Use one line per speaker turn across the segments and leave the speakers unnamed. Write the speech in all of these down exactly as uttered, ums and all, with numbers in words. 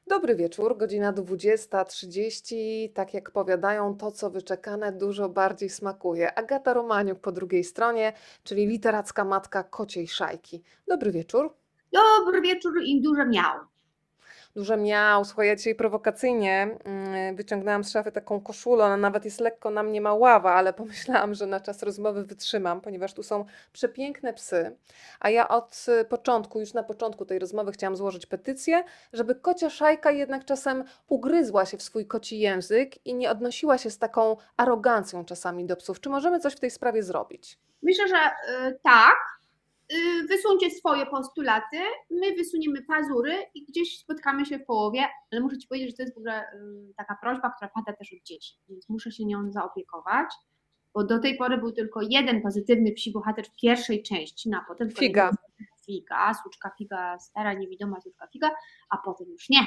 Dobry wieczór, godzina dwudziesta trzydzieści. Tak jak powiadają, to co wyczekane dużo bardziej smakuje. Agata Romaniuk po drugiej stronie, czyli literacka matka kociej szajki. Dobry wieczór.
Dobry wieczór i duże miał.
Duże miał, słuchaj, ja dzisiaj prowokacyjnie mm, wyciągnęłam z szafy taką koszulę, ona nawet jest lekko na mnie maława, ale pomyślałam, że na czas rozmowy wytrzymam, ponieważ tu są przepiękne psy, a ja od y, początku, już na początku tej rozmowy chciałam złożyć petycję, żeby kocia szajka jednak czasem ugryzła się w swój koci język i nie odnosiła się z taką arogancją czasami do psów. Czy możemy coś w tej sprawie zrobić?
Myślę, że y, tak. Y, wysuńcie swoje postulaty, my wysuniemy pazury i gdzieś spotkamy się w połowie, ale muszę Ci powiedzieć, że to jest w ogóle y, taka prośba, która pada też od dzieci, więc muszę się nią zaopiekować, bo do tej pory był tylko jeden pozytywny psi bohater w pierwszej części, no a potem kolejny
Figa.
Figa, suczka Figa, stara, niewidoma suczka Figa, a potem już nie.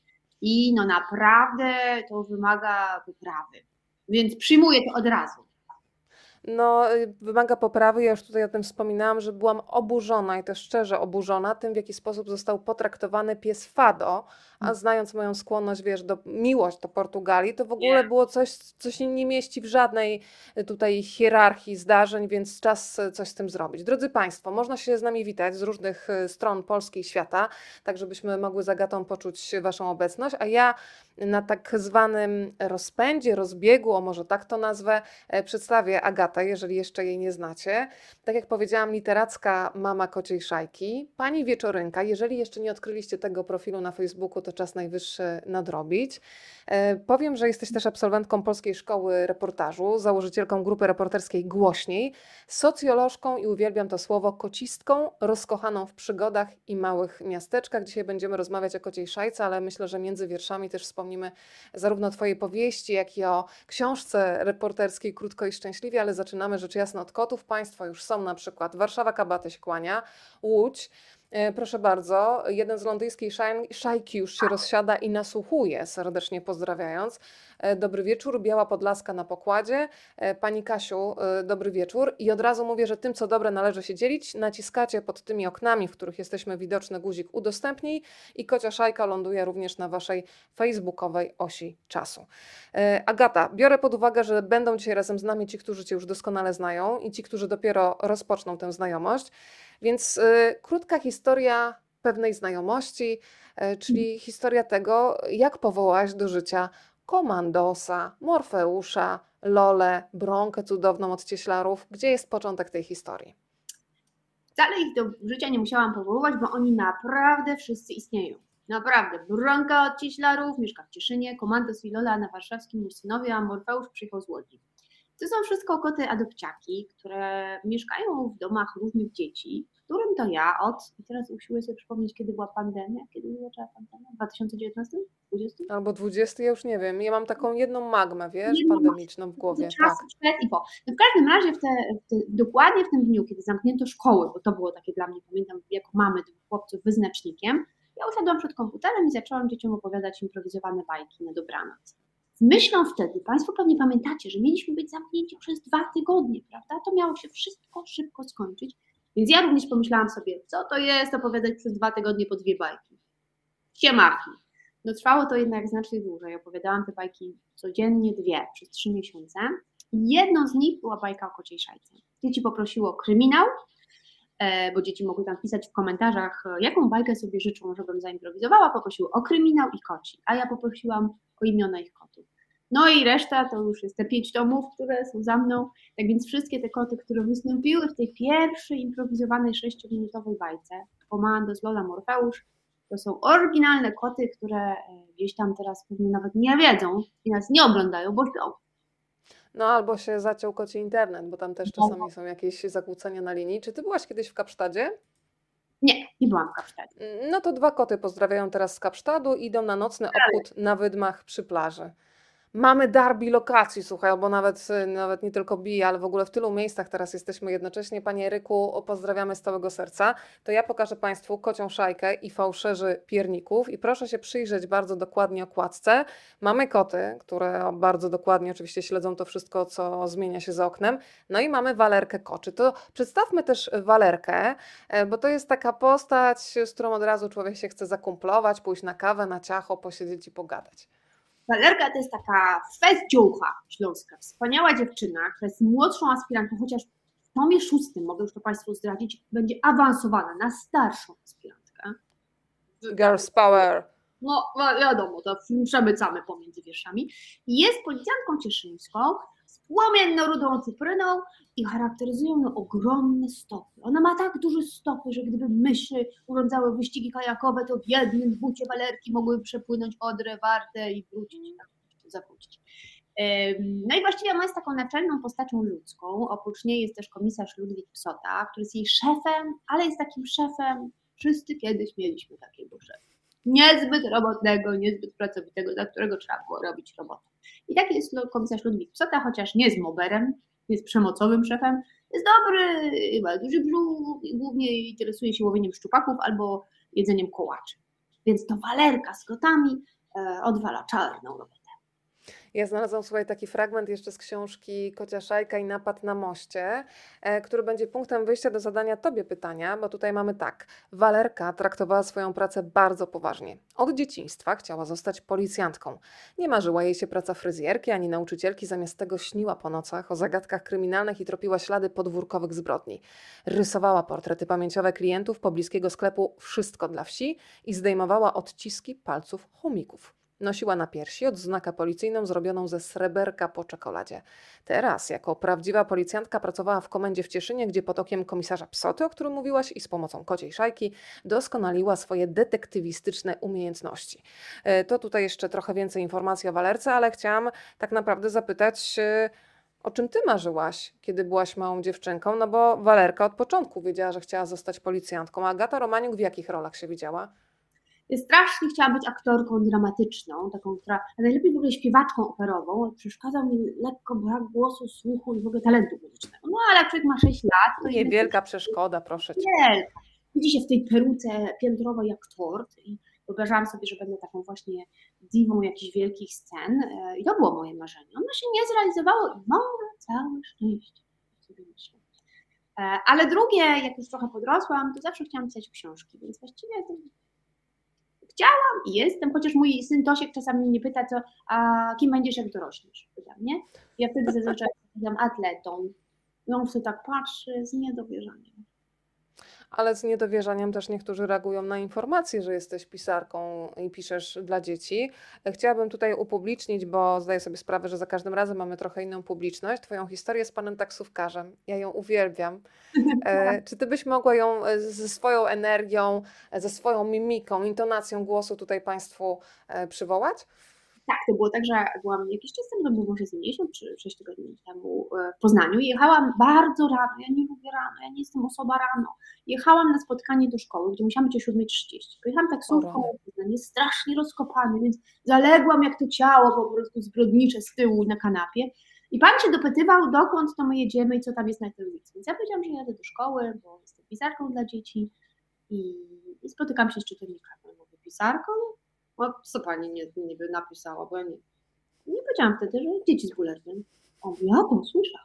I no naprawdę to wymaga poprawy, więc przyjmuję to od razu.
No, y, wymaga poprawy. Ja już tutaj o tym wspominałam, że byłam oburzona i to szczerze oburzona tym, w jaki sposób został potraktowany pies Fado, a znając moją skłonność, wiesz, do miłość do Portugalii, to w ogóle było coś, co się nie mieści w żadnej y, tutaj hierarchii zdarzeń, więc czas y, coś z tym zrobić. Drodzy Państwo, można się z nami witać z różnych y, stron Polski i świata, tak żebyśmy mogły z Agatą poczuć Waszą obecność, a ja na tak zwanym rozpędzie, rozbiegu, o może tak to nazwę, e, przedstawię Agatę, jeżeli jeszcze jej nie znacie. Tak jak powiedziałam, literacka mama kociej szajki. Pani Wieczorynka, jeżeli jeszcze nie odkryliście tego profilu na Facebooku, to czas najwyższy nadrobić. E, Powiem, że jesteś też absolwentką Polskiej Szkoły Reportażu, założycielką grupy reporterskiej Głośniej, socjolożką i uwielbiam to słowo, kocistką, rozkochaną w przygodach i małych miasteczkach. Dzisiaj będziemy rozmawiać o kociej szajce, ale myślę, że między wierszami też wspomnimy zarówno o Twojej powieści, jak i o książce reporterskiej Krótko i Szczęśliwie, ale zaczynamy rzecz jasna od kotów. Państwo już są na przykład Warszawa Kabaty się kłania, Łódź. E, Proszę bardzo, jeden z londyńskiej szaj- szajki już się rozsiada i nasłuchuje, serdecznie pozdrawiając. E, Dobry wieczór, Biała Podlaska na pokładzie. E, Pani Kasiu, e, dobry wieczór. I od razu mówię, że tym, co dobre, należy się dzielić. Naciskacie pod tymi oknami, w których jesteśmy widoczny guzik udostępnij i kocia szajka ląduje również na Waszej facebookowej osi czasu. E, Agata, biorę pod uwagę, że będą dzisiaj razem z nami ci, którzy Cię już doskonale znają i ci, którzy dopiero rozpoczną tę znajomość. Więc y, krótka historia pewnej znajomości, y, czyli historia tego, jak powołałaś do życia Komandosa, Morfeusza, Lolę, Bronkę cudowną od Cieślarów. Gdzie jest początek tej historii?
Wcale ich do życia nie musiałam powoływać, bo oni naprawdę wszyscy istnieją. Naprawdę. Bronka od Cieślarów mieszka w Cieszynie, Komandos i Lola na warszawskim Ursynowie, a Morfeusz przyjechał z Łodzi. To są wszystko koty adopciaki, które mieszkają w domach różnych dzieci, którym to ja od, i teraz usiłuję sobie przypomnieć, kiedy była pandemia, kiedy zaczęła pandemia, w dwa tysiące dziewiętnastym? dwudziestym?
Albo dwudziesty, ja już nie wiem. Ja mam taką jedną magmę, wiesz,
Jedno
pandemiczną w
te
głowie.
czasy
Tak.
przed i po. No w każdym razie w te, w te, dokładnie w tym dniu, kiedy zamknięto szkoły, bo to było takie dla mnie, pamiętam, jako mamy dwóch chłopców wyznacznikiem, ja usiadłam przed komputerem i zaczęłam dzieciom opowiadać improwizowane bajki na dobranoc. Z myślą wtedy, Państwo pewnie pamiętacie, że mieliśmy być zamknięci przez dwa tygodnie, prawda? To miało się wszystko szybko skończyć, więc ja również pomyślałam sobie, co to jest opowiadać przez dwa tygodnie po dwie bajki. Siemaki. No trwało to jednak znacznie dłużej. Opowiadałam te bajki codziennie dwie przez trzy miesiące. Jedną z nich była bajka o kociej szajce. Dzieci poprosiło o kryminał, e, bo dzieci mogły tam pisać w komentarzach, e, jaką bajkę sobie życzą, żebym zaimprowizowała. Poprosiły o kryminał i koci, a ja poprosiłam o imiona ich kotów. No i reszta to już jest te pięć tomów, które są za mną. Tak więc wszystkie te koty, które wystąpiły w tej pierwszej improwizowanej sześciominutowej bajce, Komandos, Lola, Morfeusz, to są oryginalne koty, które e, gdzieś tam teraz pewnie nawet nie wiedzą i nas nie oglądają, bo śpią.
No albo się zaciął koci internet, bo tam też
No,
czasami są jakieś zakłócenia na linii. Czy ty byłaś kiedyś w Kapsztadzie?
nie, nie byłam w Kapsztadzie.
No to dwa koty pozdrawiają teraz z Kapsztadu, idą na nocny obchód na Wydmach przy plaży. Mamy dar bilokacji, słuchaj, bo nawet, nawet nie tylko bi, ale w ogóle w tylu miejscach teraz jesteśmy jednocześnie. Panie Eryku, pozdrawiamy z całego serca. To ja pokażę Państwu kocią szajkę i fałszerzy pierników i proszę się przyjrzeć bardzo dokładnie okładce. Mamy koty, które bardzo dokładnie oczywiście śledzą to wszystko, co zmienia się za oknem. No i mamy Walerkę Koczy. To przedstawmy też Walerkę, e, bo to jest taka postać, z którą od razu człowiek się chce zakumplować, pójść na kawę, na ciacho, posiedzieć i pogadać.
Walerka to jest taka fezdziucha śląska, wspaniała dziewczyna, która jest młodszą aspirantką, chociaż w tomie szóstym, mogę już to Państwu zdradzić, będzie awansowana na starszą aspirantkę.
Girls power.
No wiadomo, to przemycamy pomiędzy wierszami. Jest policjantką cieszyńską z płomienno-rudą cypryną i charakteryzują ją ogromne stopy. Ona ma tak duże stopy, że gdyby myszy urządzały wyścigi kajakowe, to w jednym bucie Walerki mogłyby przepłynąć Odrę, Wartę i wrócić, tak, zawrócić. No i właściwie ona jest taką naczelną postacią ludzką. Oprócz niej jest też komisarz Ludwik Psota, który jest jej szefem, ale jest takim szefem, wszyscy kiedyś mieliśmy takiego szefa. Niezbyt robotnego, niezbyt pracowitego, za którego trzeba było robić robotę. I taki jest komisarz Ludwik Psota, chociaż nie jest moberem, jest przemocowym szefem, jest dobry, ma duży brzuch, głównie interesuje się łowieniem szczupaków albo jedzeniem kołaczy. Więc to Walerka z kotami e, odwala czarną robotę.
Ja znalazłam, słuchaj, taki fragment jeszcze z książki Kocia Szajka i napad na moście, e, który będzie punktem wyjścia do zadania Tobie pytania, bo tutaj mamy tak. Walerka traktowała swoją pracę bardzo poważnie. Od dzieciństwa chciała zostać policjantką. Nie marzyła jej się praca fryzjerki ani nauczycielki, zamiast tego śniła po nocach o zagadkach kryminalnych i tropiła ślady podwórkowych zbrodni. Rysowała portrety pamięciowe klientów pobliskiego sklepu Wszystko dla wsi i zdejmowała odciski palców chomików. Nosiła na piersi odznakę policyjną zrobioną ze sreberka po czekoladzie. Teraz, jako prawdziwa policjantka, pracowała w komendzie w Cieszynie, gdzie pod okiem komisarza Psoty, o którym mówiłaś, i z pomocą kociej szajki doskonaliła swoje detektywistyczne umiejętności. To tutaj jeszcze trochę więcej informacji o Walerce, ale chciałam tak naprawdę zapytać, o czym Ty marzyłaś, kiedy byłaś małą dziewczynką? No bo Walerka od początku wiedziała, że chciała zostać policjantką, a Agata Romaniuk w jakich rolach się widziała?
Strasznie chciałam być aktorką dramatyczną, taką, która, a najlepiej w ogóle śpiewaczką operową. Przeszkadzał mi lekko brak głosu, słuchu i w ogóle talentu muzycznego. No ale jak człowiek ma sześć lat, to
niewielka przeszkoda, proszę Cię.
Wielka. Widzi się w tej peruce piętrowej jak tort i wyobrażałam sobie, że będę taką właśnie diwą jakichś wielkich scen i to było moje marzenie. Ono się nie zrealizowało i może całe szczęście, sobie myślę. Ale drugie, jak już trochę podrosłam, to zawsze chciałam pisać książki, więc właściwie to chciałam i jestem, chociaż mój syn Tosiek czasami mnie pyta, co, a kim będziesz, jak dorośniesz? Pytam, nie? Ja wtedy zazwyczaj jestem atletą. I on wtedy tak patrzy z niedowierzaniem.
Ale z niedowierzaniem też niektórzy reagują na informację, że jesteś pisarką i piszesz dla dzieci. Chciałabym tutaj upublicznić, bo zdaję sobie sprawę, że za każdym razem mamy trochę inną publiczność, Twoją historię z panem taksówkarzem. Ja ją uwielbiam. E, czy Ty byś mogła ją ze swoją energią, ze swoją mimiką, intonacją głosu tutaj Państwu e, przywołać?
Tak, to było tak, że byłam jakiś czas temu, to było może z miesiąc czy sześć tygodni temu w Poznaniu. Jechałam bardzo rano, ja nie lubię rano, ja nie jestem osoba rano. Jechałam na spotkanie do szkoły, gdzie musiałam być o siódma trzydzieści. Pojechałam taksówką, jest strasznie rozkopany, więc zaległam jak to ciało po prostu zbrodnicze z tyłu na kanapie. I pan się dopytywał, dokąd to my jedziemy i co tam jest na tej ulicy. Więc ja powiedziałam, że jadę do szkoły, bo jestem pisarką dla dzieci i, i spotykam się z czytelnikami. Mówię, pisarką? No, co pani nie, niby napisała, bo ja nie. Nie powiedziałam wtedy, że dzieci z Bullerbyn. O, ja to słyszałam.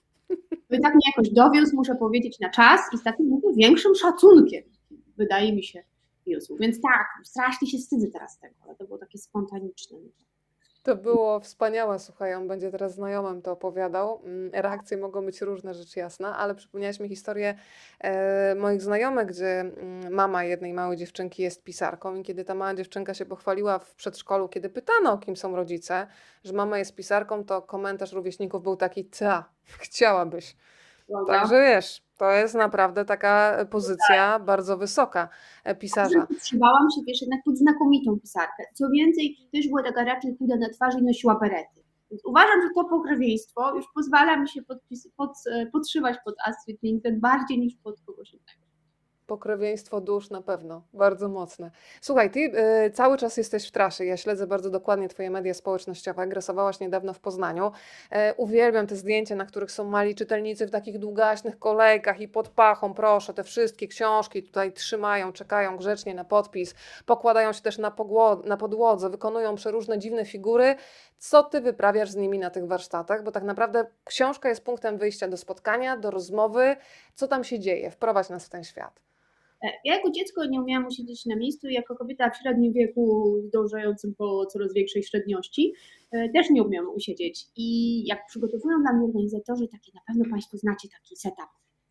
I tak mnie jakoś dowiózł, muszę powiedzieć, na czas i z takim mówię, większym szacunkiem, wydaje mi się, wiózł. Więc tak, strasznie się wstydzę teraz tego, ale to było takie spontaniczne.
To było wspaniałe, słuchaj, on będzie teraz znajomym to opowiadał. Reakcje mogą być różne, rzecz jasna, ale przypomniałaś mi historię e, moich znajomych, gdzie mm, mama jednej małej dziewczynki jest pisarką i kiedy ta mała dziewczynka się pochwaliła w przedszkolu, kiedy pytano, kim są rodzice, że mama jest pisarką, to komentarz rówieśników był taki, ta, chciałabyś. Dobra. Także wiesz, to jest naprawdę taka pozycja bardzo wysoka pisarza.
Trzymałam się, wiesz, jednak pod znakomitą pisarkę. Co więcej, też była taka raczej chuda na twarzy i nosiła berety. Więc uważam, że to pokrewieństwo już pozwala mi się podpis, pod, podszywać pod Astrid Lindgren bardziej niż pod kogoś innego.
Pokrewieństwo dusz na pewno, bardzo mocne. Słuchaj, ty y, cały czas jesteś w trasie. Ja śledzę bardzo dokładnie twoje media społecznościowe. Grasowałaś niedawno w Poznaniu. E, uwielbiam te zdjęcia, na których są mali czytelnicy w takich długaśnych kolejkach i pod pachą, proszę, te wszystkie książki tutaj trzymają, czekają grzecznie na podpis, pokładają się też na, pogło- na podłodze, wykonują przeróżne dziwne figury. Co ty wyprawiasz z nimi na tych warsztatach? Bo tak naprawdę książka jest punktem wyjścia do spotkania, do rozmowy. Co tam się dzieje? Wprowadź nas w ten świat.
Ja jako dziecko nie umiałam usiedzieć na miejscu i jako kobieta w średnim wieku, zdążającym po coraz większej średniości, e, też nie umiałam usiedzieć. I jak przygotowują dla mnie organizatorzy, takie na pewno Państwo znacie taki setup.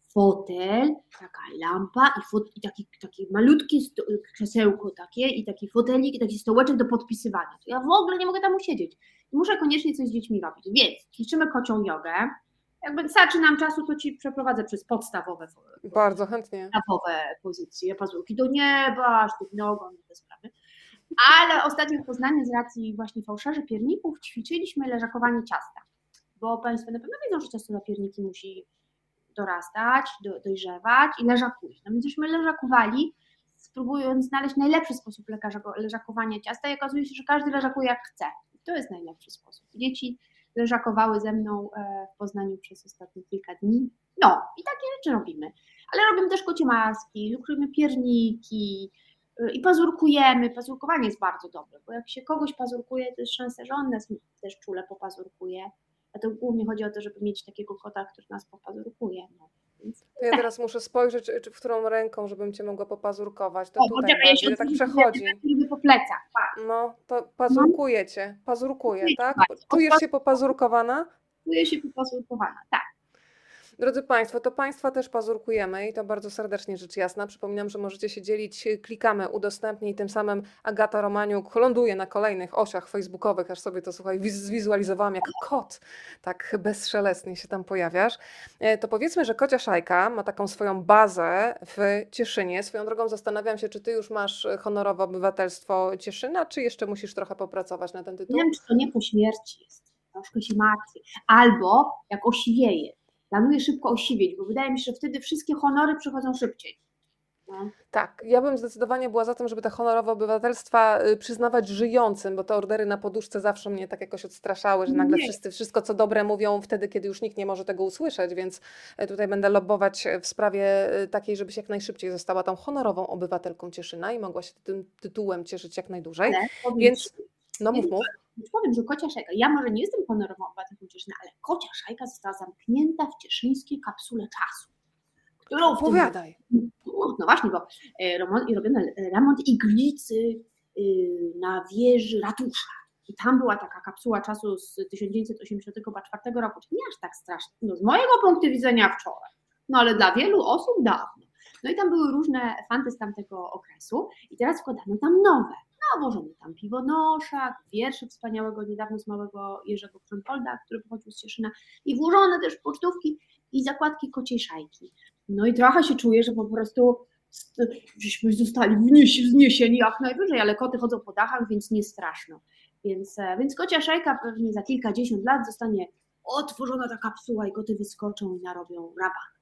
Fotel, taka lampa i, fot, i taki, takie malutkie sto, krzesełko takie i taki fotelik i taki stołeczek do podpisywania. To ja w ogóle nie mogę tam usiedzieć. I muszę koniecznie coś z dziećmi robić. Więc ćwiczymy kocią jogę. Jakby starczy nam czasu, to Ci przeprowadzę przez podstawowe
Bardzo chętnie.
podstawowe pozycje, pazurki do nieba, sztywny ogon, te sprawy. Ale ostatnio w Poznaniu z racji właśnie fałszerzy pierników ćwiczyliśmy leżakowanie ciasta, bo Państwo na pewno wiedzą, że ciasto na pierniki musi dorastać, do, dojrzewać i leżakuje. No więc żeśmy leżakowali, spróbując znaleźć najlepszy sposób leżakowania ciasta i okazuje się, że każdy leżakuje jak chce. I to jest najlepszy sposób. Dzieci leżakowały ze mną w Poznaniu przez ostatnie kilka dni. No i takie rzeczy robimy. Ale robimy też kocie maski, lukrujemy pierniki i pazurkujemy. Pazurkowanie jest bardzo dobre, bo jak się kogoś pazurkuje, to jest szansa, że on nas też czule popazurkuje. A to głównie chodzi o to, żeby mieć takiego kota, który nas popazurkuje. No. Więc
To ja teraz muszę spojrzeć, czy w którą ręką, żebym cię mogła popazurkować. To
o,
tutaj
poczekaj,
bardziej,
jeszcze
tak
coś
przechodzi.
lubię po plecach. Patrz.
No, to pazurkujecie, pazurkuję, tak?
Patrz,
Czujesz się popazurkowana?
Czuję się popazurkowana, tak.
Drodzy Państwo, to Państwa też pazurkujemy i to bardzo serdecznie rzecz jasna. Przypominam, że możecie się dzielić, klikamy udostępnij i tym samym Agata Romaniuk ląduje na kolejnych osiach facebookowych, aż sobie to, słuchaj, wiz- zwizualizowałam jak kot, tak bezszelestnie się tam pojawiasz. E, To powiedzmy, że Kocia Szajka ma taką swoją bazę w Cieszynie. Swoją drogą zastanawiam się, czy Ty już masz honorowe obywatelstwo Cieszyna, czy jeszcze musisz trochę popracować na ten tytuł?
Nie wiem, czy to nie po śmierci jest. Troszkę się martwię. Albo jak osiwieje. Planuję szybko osiwieć, bo wydaje mi się, że wtedy wszystkie honory przychodzą szybciej. No.
Tak, ja bym zdecydowanie była za tym, żeby te honorowe obywatelstwa y, przyznawać żyjącym, bo te ordery na poduszce zawsze mnie tak jakoś odstraszały, że nagle
Nie.
wszyscy wszystko co dobre mówią wtedy, kiedy już nikt nie może tego usłyszeć, więc y, tutaj będę lobbować w sprawie y, takiej, żebyś jak najszybciej została tą honorową obywatelką Cieszyna i mogła się tym tytułem cieszyć jak najdłużej.
Ale powiem
Więc,
ci,
no mów, mów.
Już powiem, że Kocia Szajka, ja może nie jestem honorową obywatelką Cieszyna, ale Kocia Szajka została zamknięta w cieszyńskiej kapsule czasu, którą w tym
Opowiadaj.
No właśnie, bo e, remont, i robiono remont iglicy y, na wieży ratusza. I tam była taka kapsuła czasu z tysiąc dziewięćset osiemdziesiątego czwartego roku, czyli nie aż tak strasznie, no z mojego punktu widzenia wczoraj, no ale dla wielu osób dawno. No i tam były różne fanty z tamtego okresu i teraz wkładano tam nowe. No, włożono tam piwonoszak, wiersze wspaniałego niedawno zmarłego Jerzego Kronpolda, który pochodził z Cieszyna i włożone też pocztówki i zakładki Kociej Szajki. No i trochę się czuję, że po prostu żeśmy zostali wniesi, wzniesieni jak najwyżej, ale koty chodzą po dachach, więc nie straszno. Więc, więc Kocia Szajka pewnie za kilkadziesiąt lat zostanie otworzona ta kapsuła i koty wyskoczą i narobią raban.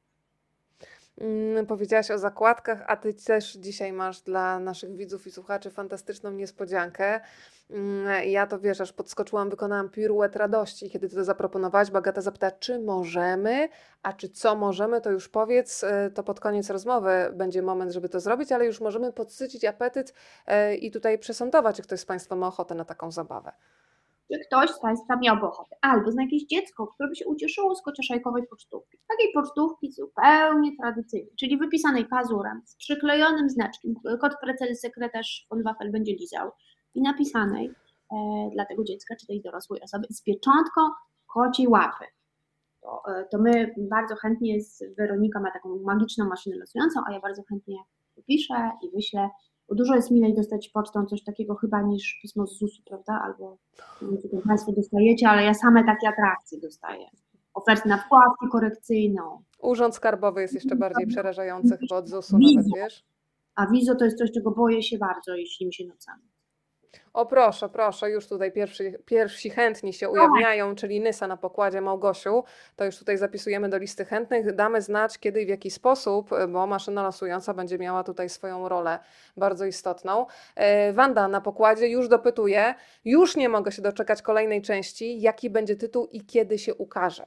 Mm, Powiedziałaś o zakładkach, a Ty też dzisiaj masz dla naszych widzów i słuchaczy fantastyczną niespodziankę. Mm, Ja to wiesz, aż podskoczyłam, wykonałam piruet radości, kiedy Ty to zaproponowałaś, bo Agata zapytała, czy możemy, a czy co możemy, to już powiedz, y, to pod koniec rozmowy będzie moment, żeby to zrobić, ale już możemy podsycić apetyt y, i tutaj przesądować, czy ktoś z Państwa ma ochotę na taką zabawę.
Czy ktoś z Państwa miałby ochotę, albo zna jakieś dziecko, które by się ucieszyło z kociaszajkowej pocztówki. Takiej pocztówki zupełnie tradycyjnej, czyli wypisanej pazurem, z przyklejonym znaczkiem. Kot Precel sekretarz von Waffel będzie lizał i napisanej e, dla tego dziecka, czy tej dorosłej osoby z pieczątką kociej łapy. To, e, to my bardzo chętnie, z Weronika ma taką magiczną maszynę losującą, a ja bardzo chętnie piszę i wyślę. Bo dużo jest milej dostać pocztą coś takiego chyba niż pismo z zusu, prawda? Albo nie wiem, czy Państwo dostajecie, ale ja same takie atrakcje dostaję. Oferty na wkładkę korekcyjną.
Urząd Skarbowy jest jeszcze bardziej przerażający chyba od zusu
Wizo.
nawet, wiesz?
A wizo to jest coś, czego boję się bardzo, jeśli mi się nocami.
O proszę, proszę, już tutaj pierwsi, pierwsi chętni się ujawniają, czyli Nysa na pokładzie. Małgosiu, to już tutaj zapisujemy do listy chętnych. Damy znać, kiedy i w jaki sposób, bo maszyna losująca będzie miała tutaj swoją rolę bardzo istotną. E, Wanda na pokładzie już dopytuje, już nie mogę się doczekać kolejnej części. Jaki będzie tytuł i kiedy się ukaże?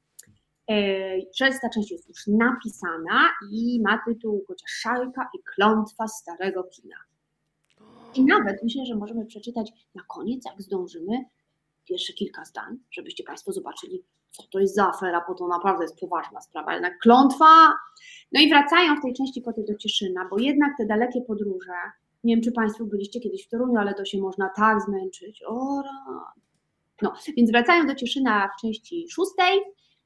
Że ta część jest już napisana i ma tytuł Kociaszajka i klątwa starego kina. I nawet myślę, że możemy przeczytać na koniec, jak zdążymy, pierwsze kilka zdań, żebyście Państwo zobaczyli, co to jest za afera, bo to naprawdę jest poważna sprawa, jednak klątwa. No i wracają w tej części koty do Cieszyna, bo jednak te dalekie podróże, nie wiem, czy Państwo byliście kiedyś w Toruniu, ale to się można tak zmęczyć. O, no, więc wracają do Cieszyna w części szóstej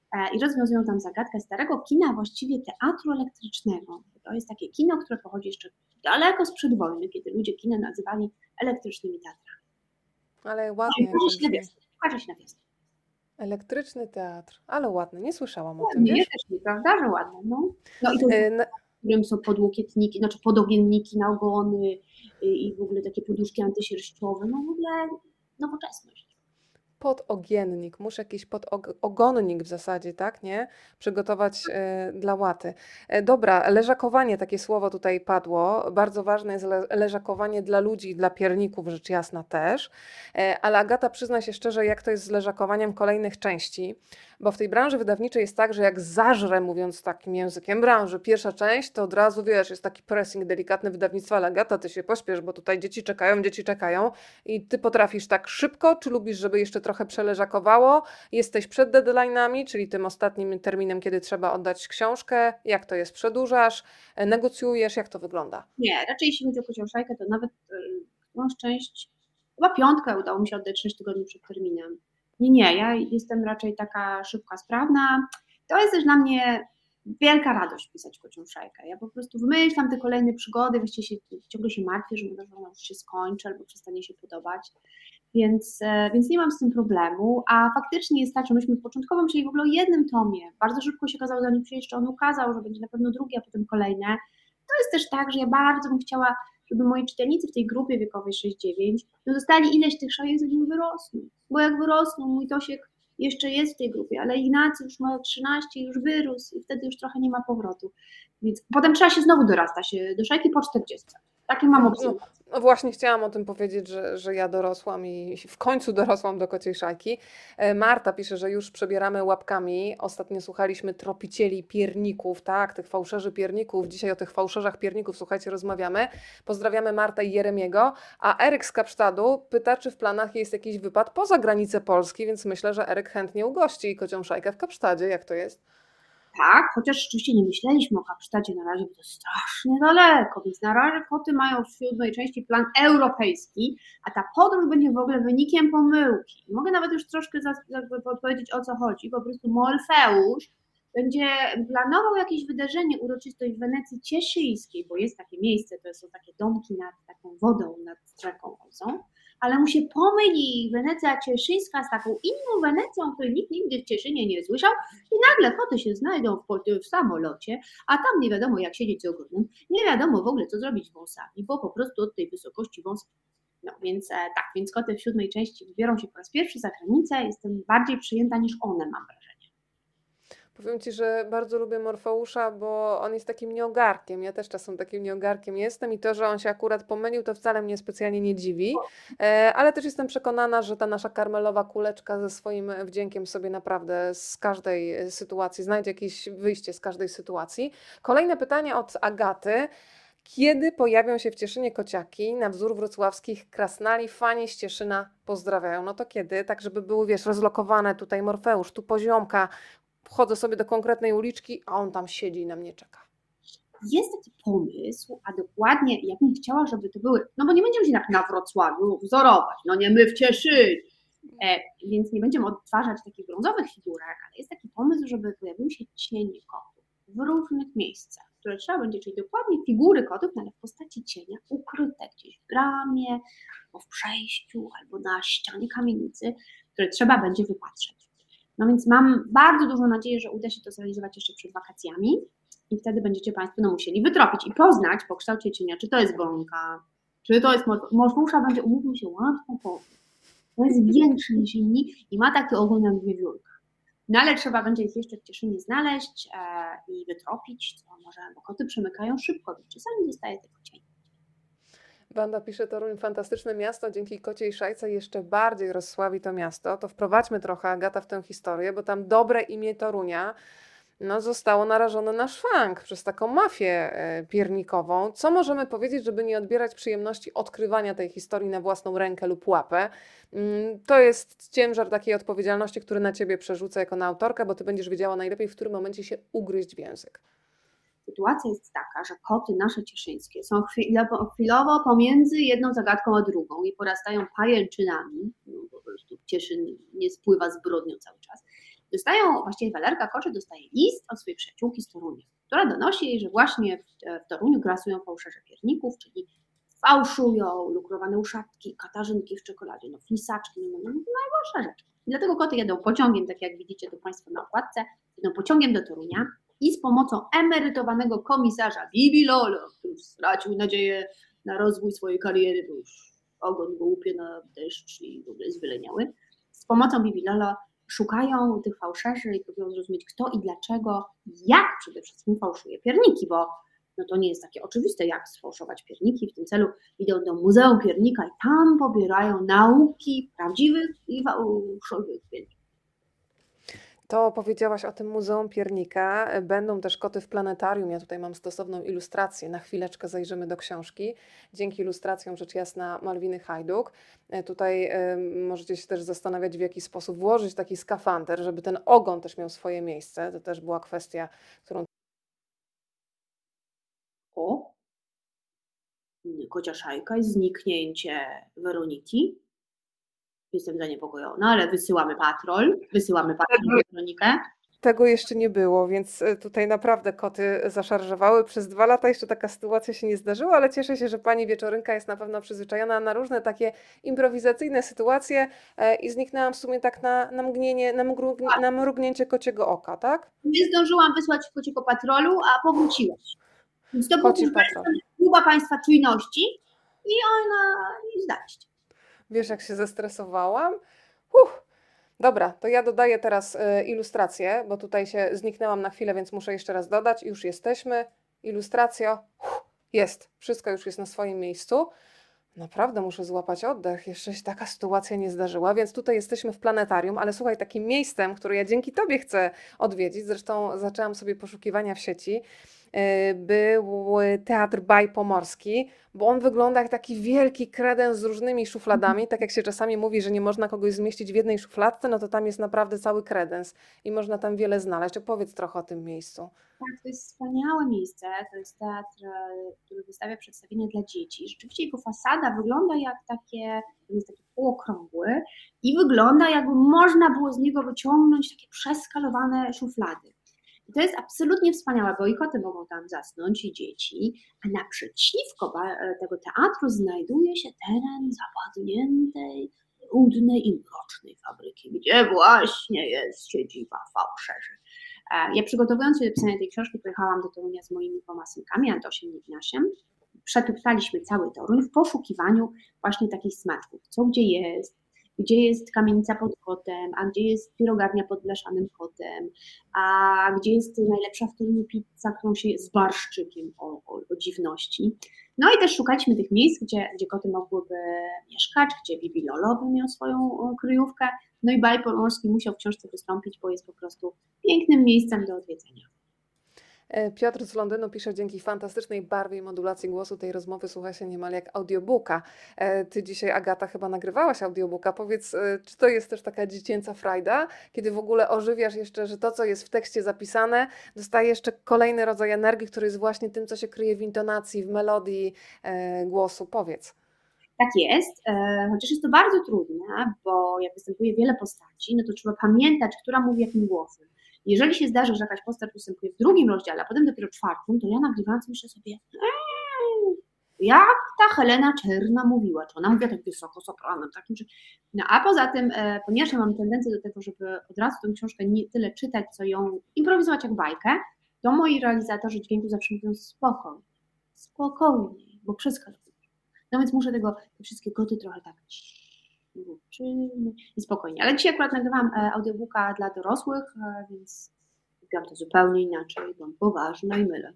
i rozwiązują tam zagadkę starego kina, właściwie teatru elektrycznego. To jest takie kino, które pochodzi jeszcze daleko sprzed wojny, kiedy ludzie kina nazywali elektrycznymi teatrami.
Ale ładnie.
Pokaże się na wiosnę.
Elektryczny teatr, ale ładny, nie słyszałam o
ładnie,
tym, wiesz?
Nie, też nie, prawda, że ładne, no. No i to,
E, na...
w którym są podłokietniki, znaczy podogienniki na ogony i w ogóle takie poduszki antysierściowe, no w ogóle nowoczesność.
Podogiennik, muszę jakiś podogonnik w zasadzie, tak, nie? Przygotować e, dla łaty. E, dobra, leżakowanie, takie słowo tutaj padło. Bardzo ważne jest le leżakowanie dla ludzi, dla pierników, rzecz jasna też. E, ale Agata, przyzna się szczerze, jak to jest z leżakowaniem kolejnych części, bo w tej branży wydawniczej jest tak, że jak zażrę, mówiąc takim językiem branży, pierwsza część, to od razu, wiesz, jest taki pressing delikatny wydawnictwa, ale Agata, ty się pośpiesz, bo tutaj dzieci czekają, dzieci czekają i ty potrafisz tak szybko, czy lubisz, żeby jeszcze trochę przeleżakowało? Jesteś przed deadline'ami, czyli tym ostatnim terminem, kiedy trzeba oddać książkę. Jak to jest? Przedłużasz? Negocjujesz? Jak to wygląda?
Nie, raczej jeśli chodzi o Kociążajkę, to nawet którąś część, chyba piątkę udało mi się oddać sześć tygodni przed terminem. Nie, nie, ja jestem raczej taka szybka, sprawna. To jest też dla mnie wielka radość pisać Kociążajkę. Ja po prostu wymyślam te kolejne przygody, właściwie się, ciągle się martwię, że może ona już się skończy albo przestanie się podobać. Więc, więc nie mam z tym problemu, a faktycznie jest tak, że myśmy początkowo myśleli w ogóle o jednym tomie. Bardzo szybko się okazało, zanim się jeszcze on ukazał, że będzie na pewno drugi, a potem kolejne. To jest też tak, że ja bardzo bym chciała, żeby moi czytelnicy w tej grupie wiekowej sześć dziewięć no dostali ileś tych szajek, zanim wyrosną. Bo jak wyrosną, mój Tosiek jeszcze jest w tej grupie, ale Ignacy już ma trzynaście, już wyrósł i wtedy już trochę nie ma powrotu. Więc potem trzeba się znowu dorasta się do szajki po czterdziestce. Takie mam obserwacje.
No, no właśnie chciałam o tym powiedzieć, że, że ja dorosłam i w końcu dorosłam do kociej szajki. Marta pisze, że już przebieramy łapkami. Ostatnio słuchaliśmy tropicieli pierników, tak, tych fałszerzy pierników. Dzisiaj o tych fałszerzach pierników, słuchajcie, rozmawiamy. Pozdrawiamy Martę i Jeremiego. A Eryk z Kapsztadu pyta, czy w planach jest jakiś wypad poza granicę Polski, więc myślę, że Eryk chętnie ugości kocią szajkę w Kapsztadzie. Jak to jest?
Tak, chociaż rzeczywiście nie myśleliśmy o Kapsztadzie na razie, bo to strasznie daleko, więc na razie koty mają w siódmej części plan europejski, a ta podróż będzie w ogóle wynikiem pomyłki. Mogę nawet już troszkę jakby podpowiedzieć, o co chodzi. Po prostu Morfeusz będzie planował jakieś wydarzenie, uroczystość w Wenecji Cieszyńskiej, bo jest takie miejsce, to są takie domki nad taką wodą, nad rzeką są, ale mu się pomyli Wenecja Cieszyńska z taką inną Wenecją, której nikt nigdy w Cieszynie nie słyszał i nagle koty się znajdą w, w samolocie, a tam nie wiadomo jak siedzieć z ogonem, nie wiadomo w ogóle co zrobić z wąsami, bo po prostu od tej wysokości wąsów. No więc e, tak, więc koty w siódmej części wybiorą się po raz pierwszy za granicę, jestem bardziej przyjęta niż one, mam wrażenie.
Powiem Ci, że bardzo lubię Morfeusza, bo on jest takim nieogarkiem. Ja też czasem takim nieogarkiem jestem i to, że on się akurat pomylił, to wcale mnie specjalnie nie dziwi. E, ale też jestem przekonana, że ta nasza karmelowa kuleczka ze swoim wdziękiem sobie naprawdę z każdej sytuacji znajdzie jakieś wyjście z każdej sytuacji. Kolejne pytanie od Agaty. Kiedy pojawią się w Cieszynie kociaki na wzór wrocławskich krasnali? Fani z Cieszyna pozdrawiają. No to kiedy? Tak, żeby były, wiesz, rozlokowane tutaj Morfeusz, tu poziomka. Wchodzę sobie do konkretnej uliczki, a on tam siedzi i na mnie czeka.
Jest taki pomysł, a dokładnie ja bym chciała, żeby to były, no bo nie będziemy się tak na Wrocławiu wzorować, no nie my w Cieszynie, e, więc nie będziemy odtwarzać takich brązowych figurek, ale jest taki pomysł, żeby pojawiły się cienie kotów w różnych miejscach, które trzeba będzie, czyli dokładnie figury kotów, ale w postaci cienia ukryte gdzieś w bramie, albo w przejściu, albo na ścianie kamienicy, które trzeba będzie wypatrzeć. No więc mam bardzo dużą nadzieję, że uda się to zrealizować jeszcze przed wakacjami i wtedy będziecie Państwo no, musieli wytropić i poznać po kształcie cienia, czy to jest bąka, Czy to jest morfusza, będzie, umówmy się, łatwo powie. To jest większy niż inni i ma taki ogon jak wiewiórka. No ale trzeba będzie ich jeszcze w Cieszynie znaleźć e, i wytropić, co może, bo koty przemykają szybko, więc czasami zostaje tylko cień.
Wanda pisze, Toruń fantastyczne miasto, dzięki Kociej Szajce jeszcze bardziej rozsławi to miasto. To wprowadźmy trochę, Agata, w tę historię, bo tam dobre imię Torunia no, zostało narażone na szwank przez taką mafię e, piernikową. Co możemy powiedzieć, żeby nie odbierać przyjemności odkrywania tej historii na własną rękę lub łapę? Mm, To jest ciężar takiej odpowiedzialności, który na ciebie przerzucę jako na autorkę, bo ty będziesz wiedziała najlepiej, w którym momencie się ugryźć w język.
Sytuacja jest taka, że koty nasze cieszyńskie są chwilowo, chwilowo pomiędzy jedną zagadką a drugą i porastają pajęczynami, no po prostu Cieszyn nie spływa zbrodnią cały czas. Dostają, właściwie Walerka Koczy dostaje list od swojej przyjaciółki z Torunia, która donosi jej, że właśnie w, w Toruniu grasują fałszerze pierników, czyli fałszują lukrowane uszatki, katarzynki w czekoladzie, no flisaczki, no, no, no najgorsza rzecz. I dlatego koty jadą pociągiem, tak jak widzicie tu Państwo na okładce, jedą pociągiem do Torunia i z pomocą emerytowanego komisarza Bibi Lolo, który stracił nadzieję na rozwój swojej kariery, bo już ogon go łupie na deszcz i w ogóle jest wyleniały, z pomocą Bibi Lolo szukają tych fałszerzy i próbują zrozumieć, kto i dlaczego, jak przede wszystkim fałszuje pierniki, bo no to nie jest takie oczywiste, jak sfałszować pierniki. W tym celu idą do Muzeum Piernika i tam pobierają nauki prawdziwych i fałszywych pierników.
To powiedziałaś o tym Muzeum Piernika. Będą też koty w planetarium. Ja tutaj mam stosowną ilustrację. Na chwileczkę zajrzymy do książki. Dzięki ilustracjom rzecz jasna Malwiny Hajduk. Tutaj y, możecie się też zastanawiać, w jaki sposób włożyć taki skafander, żeby ten ogon też miał swoje miejsce. To też była kwestia, którą...
O, kocia szajka i zniknięcie Weroniki. Jestem zaniepokojona, ale wysyłamy patrol, wysyłamy patrol Weronikę.
Tego jeszcze nie było, więc tutaj naprawdę koty zaszarżowały. Przez dwa lata jeszcze taka sytuacja się nie zdarzyła, ale cieszę się, że pani Wieczorynka jest na pewno przyzwyczajona na różne takie improwizacyjne sytuacje i zniknęłam w sumie tak na, na mgnienie, na, mgru, na mrugnięcie kociego oka, tak?
Nie zdążyłam wysłać kociego patrolu, a powróciłaś. Więc to był próba Państwa czujności i ona i zdaliście.
Wiesz, jak się zestresowałam? Uff. Dobra, to ja dodaję teraz y, ilustrację, bo tutaj się zniknęłam na chwilę, więc muszę jeszcze raz dodać. Już jesteśmy. Ilustracja. Uff, jest. Wszystko już jest na swoim miejscu. Naprawdę muszę złapać oddech. Jeszcze się taka sytuacja nie zdarzyła, więc tutaj jesteśmy w planetarium, ale słuchaj, takim miejscem, które ja dzięki Tobie chcę odwiedzić, zresztą zaczęłam sobie poszukiwania w sieci, był Teatr Baj Pomorski, bo on wygląda jak taki wielki kredens z różnymi szufladami, tak jak się czasami mówi, że nie można kogoś zmieścić w jednej szufladce, no to tam jest naprawdę cały kredens i można tam wiele znaleźć. Opowiedz trochę o tym miejscu.
Tak, to jest wspaniałe miejsce, to jest teatr, który wystawia przedstawienia dla dzieci. Rzeczywiście jego fasada wygląda jak takie, jest taki półokrągły i wygląda jakby można było z niego wyciągnąć takie przeskalowane szuflady. I to jest absolutnie wspaniałe, bo i koty mogą tam zasnąć, i dzieci, a naprzeciwko tego teatru znajduje się teren zapadniętej, brudnej i mrocznej fabryki, gdzie właśnie jest siedziba fałszerzy. Ja przygotowując się do pisania tej książki pojechałam do Torunia z moimi dwoma synkami, Antosiem i Ignasiem. Przetuptaliśmy cały Toruń w poszukiwaniu właśnie takich smaczków, co gdzie jest, gdzie jest kamienica pod kotem, a gdzie jest pirogarnia pod blaszanym kotem, a gdzie jest najlepsza w Toruniu pizza, którą się je z barszczykiem, o, o, o dziwności. No i też szukaliśmy tych miejsc, gdzie, gdzie koty mogłyby mieszkać, gdzie Bibi Lolo by miał swoją kryjówkę. No i Baj Pomorski musiał w książce wystąpić, bo jest po prostu pięknym miejscem do odwiedzenia.
Piotr z Londynu pisze, dzięki fantastycznej barwie i modulacji głosu tej rozmowy słucha się niemal jak audiobooka. Ty dzisiaj, Agata, chyba nagrywałaś audiobooka. Powiedz, czy to jest też taka dziecięca frajda, kiedy w ogóle ożywiasz jeszcze, że to, co jest w tekście zapisane, dostaje jeszcze kolejny rodzaj energii, który jest właśnie tym, co się kryje w intonacji, w melodii głosu. Powiedz.
Tak jest, chociaż jest to bardzo trudne, bo jak występuje wiele postaci, no to trzeba pamiętać, która mówi jakim głosem. Jeżeli się zdarzy, że jakaś postać występuje w drugim rozdziale, a potem dopiero czwartym, to ja nagrywając myślę sobie, eee, jak ta Helena Czerna mówiła, czy ona mówiła tak wysoko, sopranem, takim, że... No a poza tym, e, ponieważ ja mam tendencję do tego, żeby od razu tę książkę nie tyle czytać, co ją improwizować jak bajkę, to moi realizatorzy dźwięku zawsze mówią spokojnie, spokojnie, bo wszystko. No więc muszę tego, te wszystkie koty trochę tak uczymy i spokojnie. Ale dzisiaj akurat nagrywam e, audiobooka dla dorosłych, e, więc robiłam to zupełnie inaczej, byłam poważna i mylę.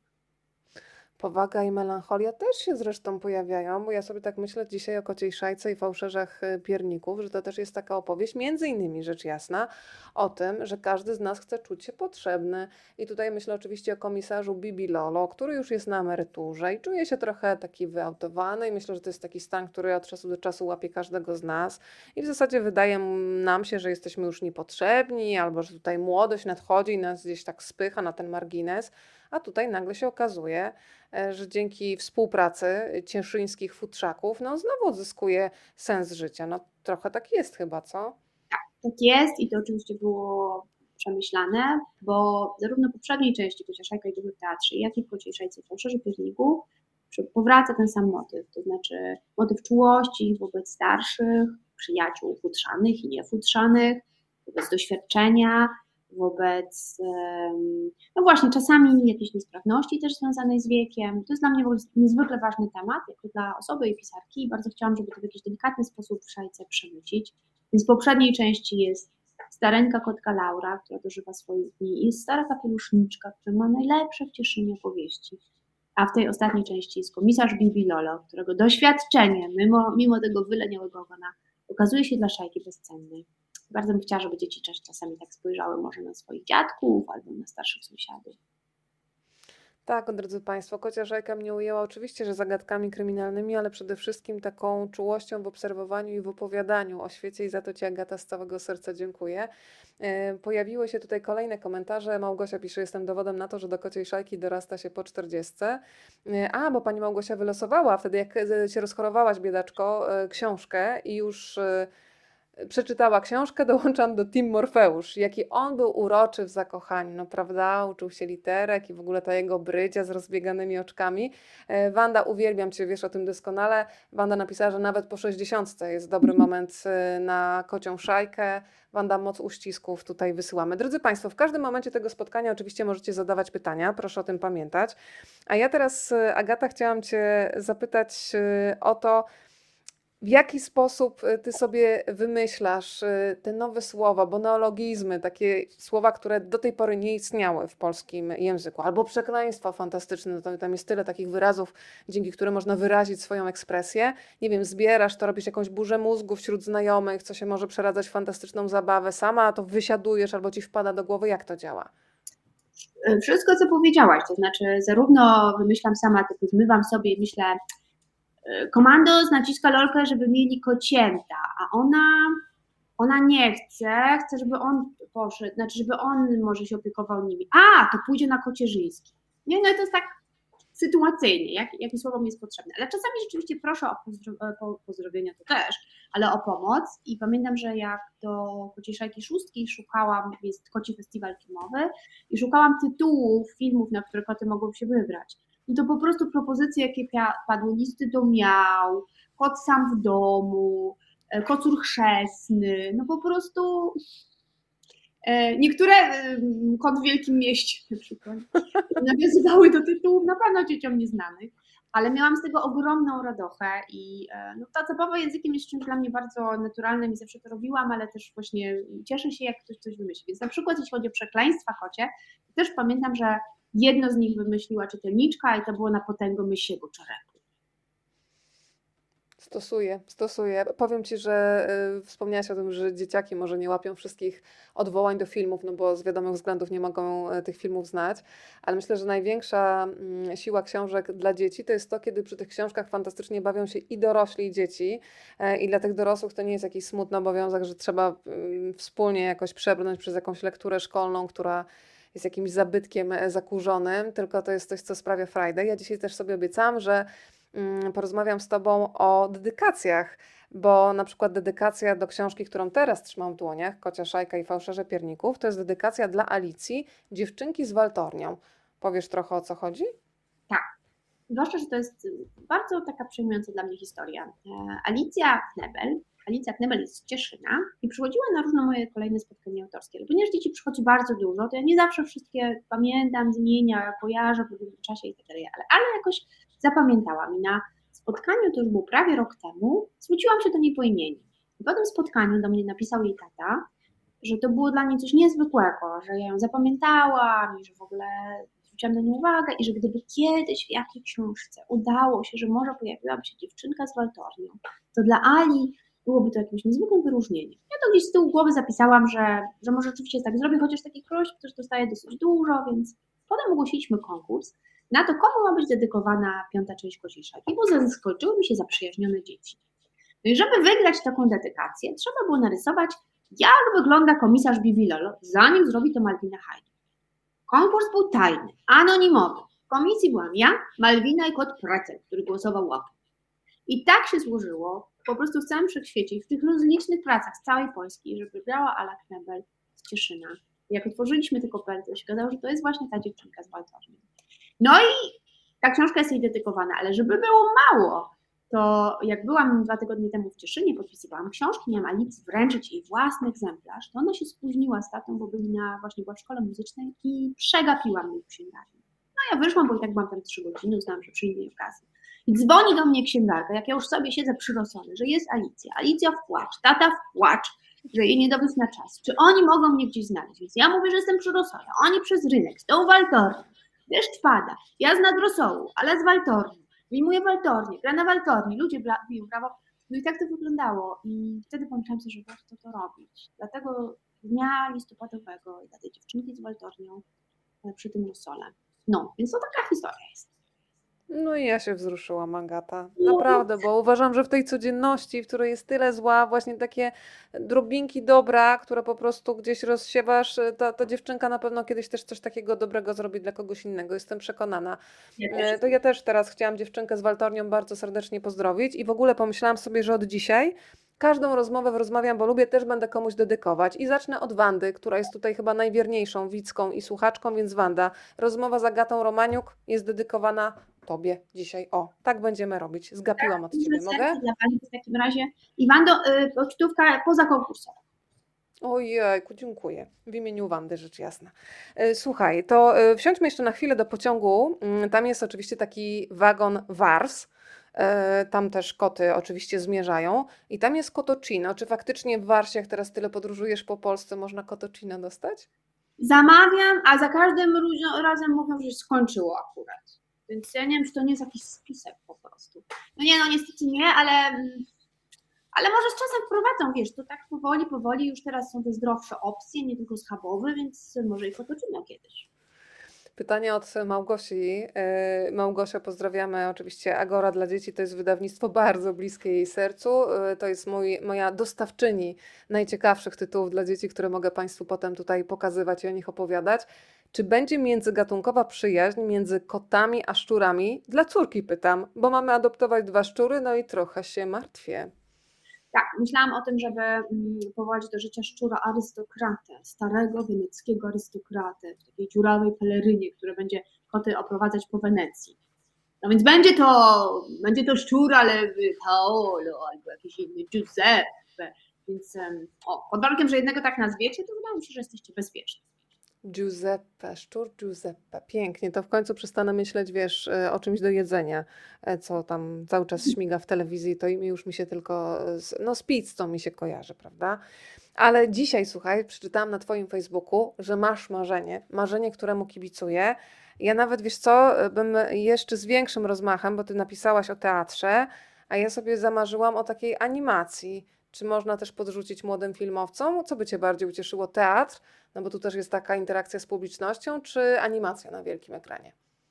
Powaga i melancholia też się zresztą pojawiają, bo ja sobie tak myślę dzisiaj o Kociej Szajce i Fałszerzach y, Pierników, że to też jest taka opowieść, między innymi rzecz jasna, o tym, że każdy z nas chce czuć się potrzebny. I tutaj myślę oczywiście o komisarzu Bibi Lolo, który już jest na emeryturze i czuje się trochę taki wyautowany i myślę, że to jest taki stan, który od czasu do czasu łapie każdego z nas i w zasadzie wydaje nam się, że jesteśmy już niepotrzebni albo że tutaj młodość nadchodzi i nas gdzieś tak spycha na ten margines, a tutaj nagle się okazuje, e, że dzięki współpracy cieszyńskich futrzaków, no znowu odzyskuje sens życia. No trochę tak jest chyba, co?
Tak jest i to oczywiście było przemyślane, bo zarówno w poprzedniej części Kocia Szajka i Duchy w teatrze, jak i w Kociej Szajce i Fałszerzy Pierników powraca ten sam motyw, to znaczy motyw czułości wobec starszych, przyjaciół futrzanych i niefutrzanych, wobec doświadczenia, wobec, no właśnie, czasami jakiejś niesprawności też związanej z wiekiem. To jest dla mnie w ogóle niezwykle ważny temat, jako dla osoby i pisarki i bardzo chciałam, żeby to w jakiś delikatny sposób w Szajce przemycić. Więc w poprzedniej części jest stareńka kotka Laura, która dożywa swoich dni, i jest stara kapeluszniczka, która ma najlepsze w Cieszynie opowieści. A w tej ostatniej części jest komisarz Bibi Lolo, którego doświadczenie, mimo, mimo tego wyleniałego ogona, okazuje się dla Szajki bezcenne. Bardzo bym chciała, żeby dzieci czasami tak spojrzały może na swoich dziadków albo na starszych sąsiadów.
Tak, drodzy Państwo, Kocia Szajka mnie ujęła oczywiście, że zagadkami kryminalnymi, ale przede wszystkim taką czułością w obserwowaniu i w opowiadaniu o świecie i za to Ci, Agata, z całego serca dziękuję. E, Pojawiły się tutaj kolejne komentarze. Małgosia pisze, jestem dowodem na to, że do Kociej Szajki dorasta się po czterdziestce. E, A, bo Pani Małgosia wylosowała wtedy, jak e, się rozchorowałaś, biedaczko, e, książkę i już e, przeczytała książkę, dołączam do Team Morfeusz. Jaki on był uroczy w zakochaniu, no prawda? Uczył się literek i w ogóle ta jego brydzia z rozbieganymi oczkami. E, Wanda, uwielbiam Cię, wiesz o tym doskonale. Wanda napisała, że nawet po sześćdziesiątce jest dobry moment e, na Kocią Szajkę. Wanda, moc uścisków tutaj wysyłamy. Drodzy Państwo, w każdym momencie tego spotkania oczywiście możecie zadawać pytania, proszę o tym pamiętać. A ja teraz, e, Agata, chciałam Cię zapytać e, o to, w jaki sposób y, ty sobie wymyślasz y, te nowe słowa, bo neologizmy, takie słowa, które do tej pory nie istniały w polskim języku, albo przekleństwa fantastyczne, no to tam jest tyle takich wyrazów, dzięki którym można wyrazić swoją ekspresję. Nie wiem, zbierasz to, robisz jakąś burzę mózgu wśród znajomych, co się może przeradzać w fantastyczną zabawę, sama to wysiadujesz albo ci wpada do głowy, jak to działa?
Wszystko, co powiedziałaś, to znaczy zarówno wymyślam sama, typu zmywam sobie i myślę, komandos naciska lolkę, żeby mieli kocięta, a ona, ona nie chce, chce, żeby on poszedł, znaczy, żeby on może się opiekował nimi. A, to pójdzie na kocierzyński. Nie, no to jest tak sytuacyjnie, jak, jakie słowo mi jest potrzebne. Ale czasami rzeczywiście proszę o pozdro- po, pozdrowienia, to też, ale o pomoc. I pamiętam, że jak do Kociej Szajki Szóstki szukałam, jest Koci Festiwal Filmowy, i szukałam tytułów filmów, na które koty mogą się wybrać. I to po prostu propozycje, jakie padły, listy do miał, kot sam w domu, kocur chrzestny, no po prostu niektóre, kot w Wielkim Mieście na przykład, nawiązywały do tytułów na pewno dzieciom nieznanych, ale miałam z tego ogromną radochę i no, ta zabawa językiem jest czymś dla mnie bardzo naturalnym i zawsze to robiłam, ale też właśnie cieszę się, jak ktoś coś wymyśli. Więc na przykład jeśli chodzi o przekleństwa kocie, to też pamiętam, że jedno z nich wymyśliła czytelniczka i to było na potęgę mysiego czerepu.
Stosuję, stosuję. Powiem Ci, że y, wspomniałaś o tym, że dzieciaki może nie łapią wszystkich odwołań do filmów, no bo z wiadomych względów nie mogą y, tych filmów znać, ale myślę, że największa y, siła książek dla dzieci to jest to, kiedy przy tych książkach fantastycznie bawią się i dorośli, i dzieci. Y, I dla tych dorosłych to nie jest jakiś smutny obowiązek, że trzeba y, wspólnie jakoś przebrnąć przez jakąś lekturę szkolną, która jest jakimś zabytkiem zakurzonym, tylko to jest coś, co sprawia frajdę. Ja dzisiaj też sobie obiecałam, że porozmawiam z Tobą o dedykacjach, bo na przykład dedykacja do książki, którą teraz trzymam w dłoniach, Kocia Szajka i Fałszerze Pierników, to jest dedykacja dla Alicji, dziewczynki z waltornią. Powiesz trochę, o co chodzi?
Tak. Zwłaszcza, że to jest bardzo taka przejmująca dla mnie historia. Alicja Knebel, Alicja Knebel jest z Cieszyna i przychodziła na różne moje kolejne spotkania autorskie. Ale ponieważ dzieci przychodzi bardzo dużo, to ja nie zawsze wszystkie pamiętam z imienia, kojarzę po długim czasie i tak dalej, ale, ale jakoś zapamiętałam i na spotkaniu, to już było prawie rok temu, zwróciłam się do niej po imieniu. I po tym spotkaniu do mnie napisał jej tata, że to było dla niej coś niezwykłego, że ja ją zapamiętałam i że w ogóle zwróciłam na nią uwagę i że gdyby kiedyś w jakiej książce udało się, że może pojawiłaby się dziewczynka z Waltornią, to dla Ali byłoby to jakimś niezwykłym wyróżnieniem. Ja to gdzieś z tyłu głowy zapisałam, że, że może rzeczywiście tak zrobię, chociaż takich prośb też dostaję dosyć dużo, więc potem ogłosiliśmy konkurs na to, komu ma być dedykowana piąta część Koziszeki, bo zaskoczyły mi się zaprzyjaźnione dzieci. No i żeby wygrać taką dedykację, trzeba było narysować, jak wygląda komisarz Bibilolo, zanim zrobi to Malwina Hajdu. Konkurs był tajny, anonimowy. W komisji byłam ja, Malwina i kot Precel, który głosował łapą. I tak się złożyło, po prostu w całym wszechświecie i w tych rozlicznych pracach z całej Polski, że wybrała Ala Knebel z Cieszyna. Jak otworzyliśmy tę kopertę, się okazało, że to jest właśnie ta dziewczynka z Waltorni. No i ta książka jest jej dedykowana, ale żeby było mało, to jak byłam dwa tygodnie temu w Cieszynie, podpisywałam książki, miałam Alicji wręczyć jej własny egzemplarz, to ona się spóźniła z tatą, bo byli na, właśnie była w szkole muzycznej i przegapiła mnie w księgarni. No ja wyszłam, bo i tak byłam tam trzy godziny, uznałam, że przy innej okazji. I dzwoni do mnie księgarka, jak ja już sobie siedzę przyrosony, że jest Alicja, Alicja w płacz, tata w płacz, że jej nie dowiózł na czas. Czy oni mogą mnie gdzieś znaleźć? Więc ja mówię, że jestem przyrosona, oni przez rynek, z tą Waltornią. Deszcz pada, ja z nad rosołu, ale z Waltorni. Wyjmuję Waltornię, gra na Waltorni, ludzie biją brawo. No i tak to wyglądało. I wtedy pomyślałam sobie, że warto to robić. Dlatego dnia listopadowego i dla tej dziewczynki z Waltornią przy tym rosole. No, więc to taka historia jest.
No i ja się wzruszyłam, Agata. Naprawdę, bo uważam, że w tej codzienności, w której jest tyle zła, właśnie takie drobinki dobra, które po prostu gdzieś rozsiewasz, ta, ta dziewczynka na pewno kiedyś też coś takiego dobrego zrobi dla kogoś innego. Jestem przekonana.
Ja
To ja też teraz chciałam dziewczynkę z Waltornią bardzo serdecznie pozdrowić i w ogóle pomyślałam sobie, że od dzisiaj każdą rozmowę rozmawiam, bo lubię, też będę komuś dedykować. I zacznę od Wandy, która jest tutaj chyba najwierniejszą widzką i słuchaczką, więc Wanda, rozmowa z Agatą Romaniuk jest dedykowana Tobie dzisiaj. O, tak będziemy robić. Zgapiłam od Ciebie. Mogę?
Dla Pani w takim razie. Iwando, y, pocztówka poza konkursem.
Ojejku, dziękuję. W imieniu Wandy, rzecz jasna. E, Słuchaj, to e, wsiądźmy jeszcze na chwilę do pociągu. Mm, Tam jest oczywiście taki wagon Wars. E, Tam też koty oczywiście zmierzają. I tam jest Kotocino. Czy faktycznie w Warsie, jak teraz tyle podróżujesz po Polsce, można Kotocino dostać?
Zamawiam, a za każdym różno- razem mówią, że się skończyło akurat. Więc ja nie wiem, czy to nie jest jakiś spisek po prostu. No nie, no niestety nie, ale, ale może z czasem wprowadzą, wiesz, to tak powoli, powoli, już teraz są te zdrowsze opcje, nie tylko schabowe, więc może i Kotocino kiedyś.
Pytanie od Małgosi. E, Małgosia, pozdrawiamy oczywiście. Agora dla dzieci to jest wydawnictwo bardzo bliskie jej sercu. E, To jest mój, moja dostawczyni najciekawszych tytułów dla dzieci, które mogę Państwu potem tutaj pokazywać i o nich opowiadać. Czy będzie międzygatunkowa przyjaźń między kotami a szczurami? Dla córki pytam, bo mamy adoptować dwa szczury, no i trochę się martwię.
Tak, myślałam o tym, żeby mm, powołać do życia szczura arystokratę, starego weneckiego arystokratę w takiej dziurawej pelerynie, który będzie koty oprowadzać po Wenecji. No więc będzie to, będzie to szczur, ale Paolo albo jakiś inny Giuseppe. Więc em, o, pod warunkiem, że jednego tak nazwiecie, to wydaje mi się, że jesteście bezpieczni.
Giuseppe, szczur Giuseppe. Pięknie, to w końcu przestanę myśleć, wiesz, e, o czymś do jedzenia, e, co tam cały czas śmiga w telewizji, to imię już mi się tylko, e, z, no z pizzą mi się kojarzy, prawda? Ale dzisiaj, słuchaj, przeczytałam na Twoim Facebooku, że masz marzenie, marzenie, któremu kibicuję. Ja nawet, wiesz co, e, bym jeszcze z większym rozmachem, bo Ty napisałaś o teatrze, a ja sobie zamarzyłam o takiej animacji. Czy można też podrzucić młodym filmowcom? Co by Cię bardziej ucieszyło? Teatr? No bo tu też jest taka interakcja z publicznością, czy animacja na wielkim ekranie?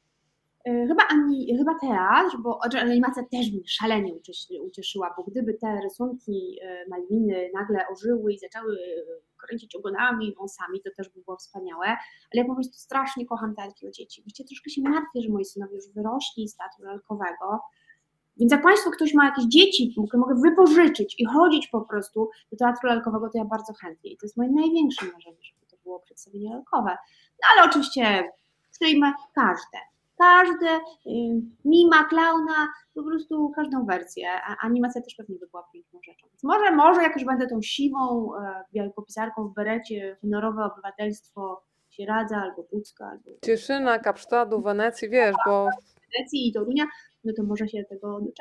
E, Chyba, ani, chyba teatr, bo znaczy animacja też mnie szalenie ucieszy- ucieszyła, bo gdyby te rysunki e, Malwiny nagle ożyły i zaczęły e, kręcić ogonami, wąsami, to też by było wspaniałe, ale ja po prostu strasznie kocham teatr dzieci. Właściwie troszkę się martwię, że moi synowie już wyrośli z teatru lalkowego, więc jak Państwo ktoś ma jakieś dzieci, które mogę wypożyczyć i chodzić po prostu do teatru lalkowego, to ja bardzo chętnie. I to jest moje największe marzenie, żeby to było przedstawienie lalkowe. No ale oczywiście przyjmę każde. Każde, y, mima, klauna, po prostu każdą wersję. A animacja też pewnie by była piękną rzeczą. Więc może, może jak już będę tą siwą e, wielkopisarką w berecie, honorowe obywatelstwo Sieradza albo Pucka, albo
Cieszyna, Kapsztadu, Wenecji, wiesz, bo
Wenecji i Torunia, no to może się tego doczekam.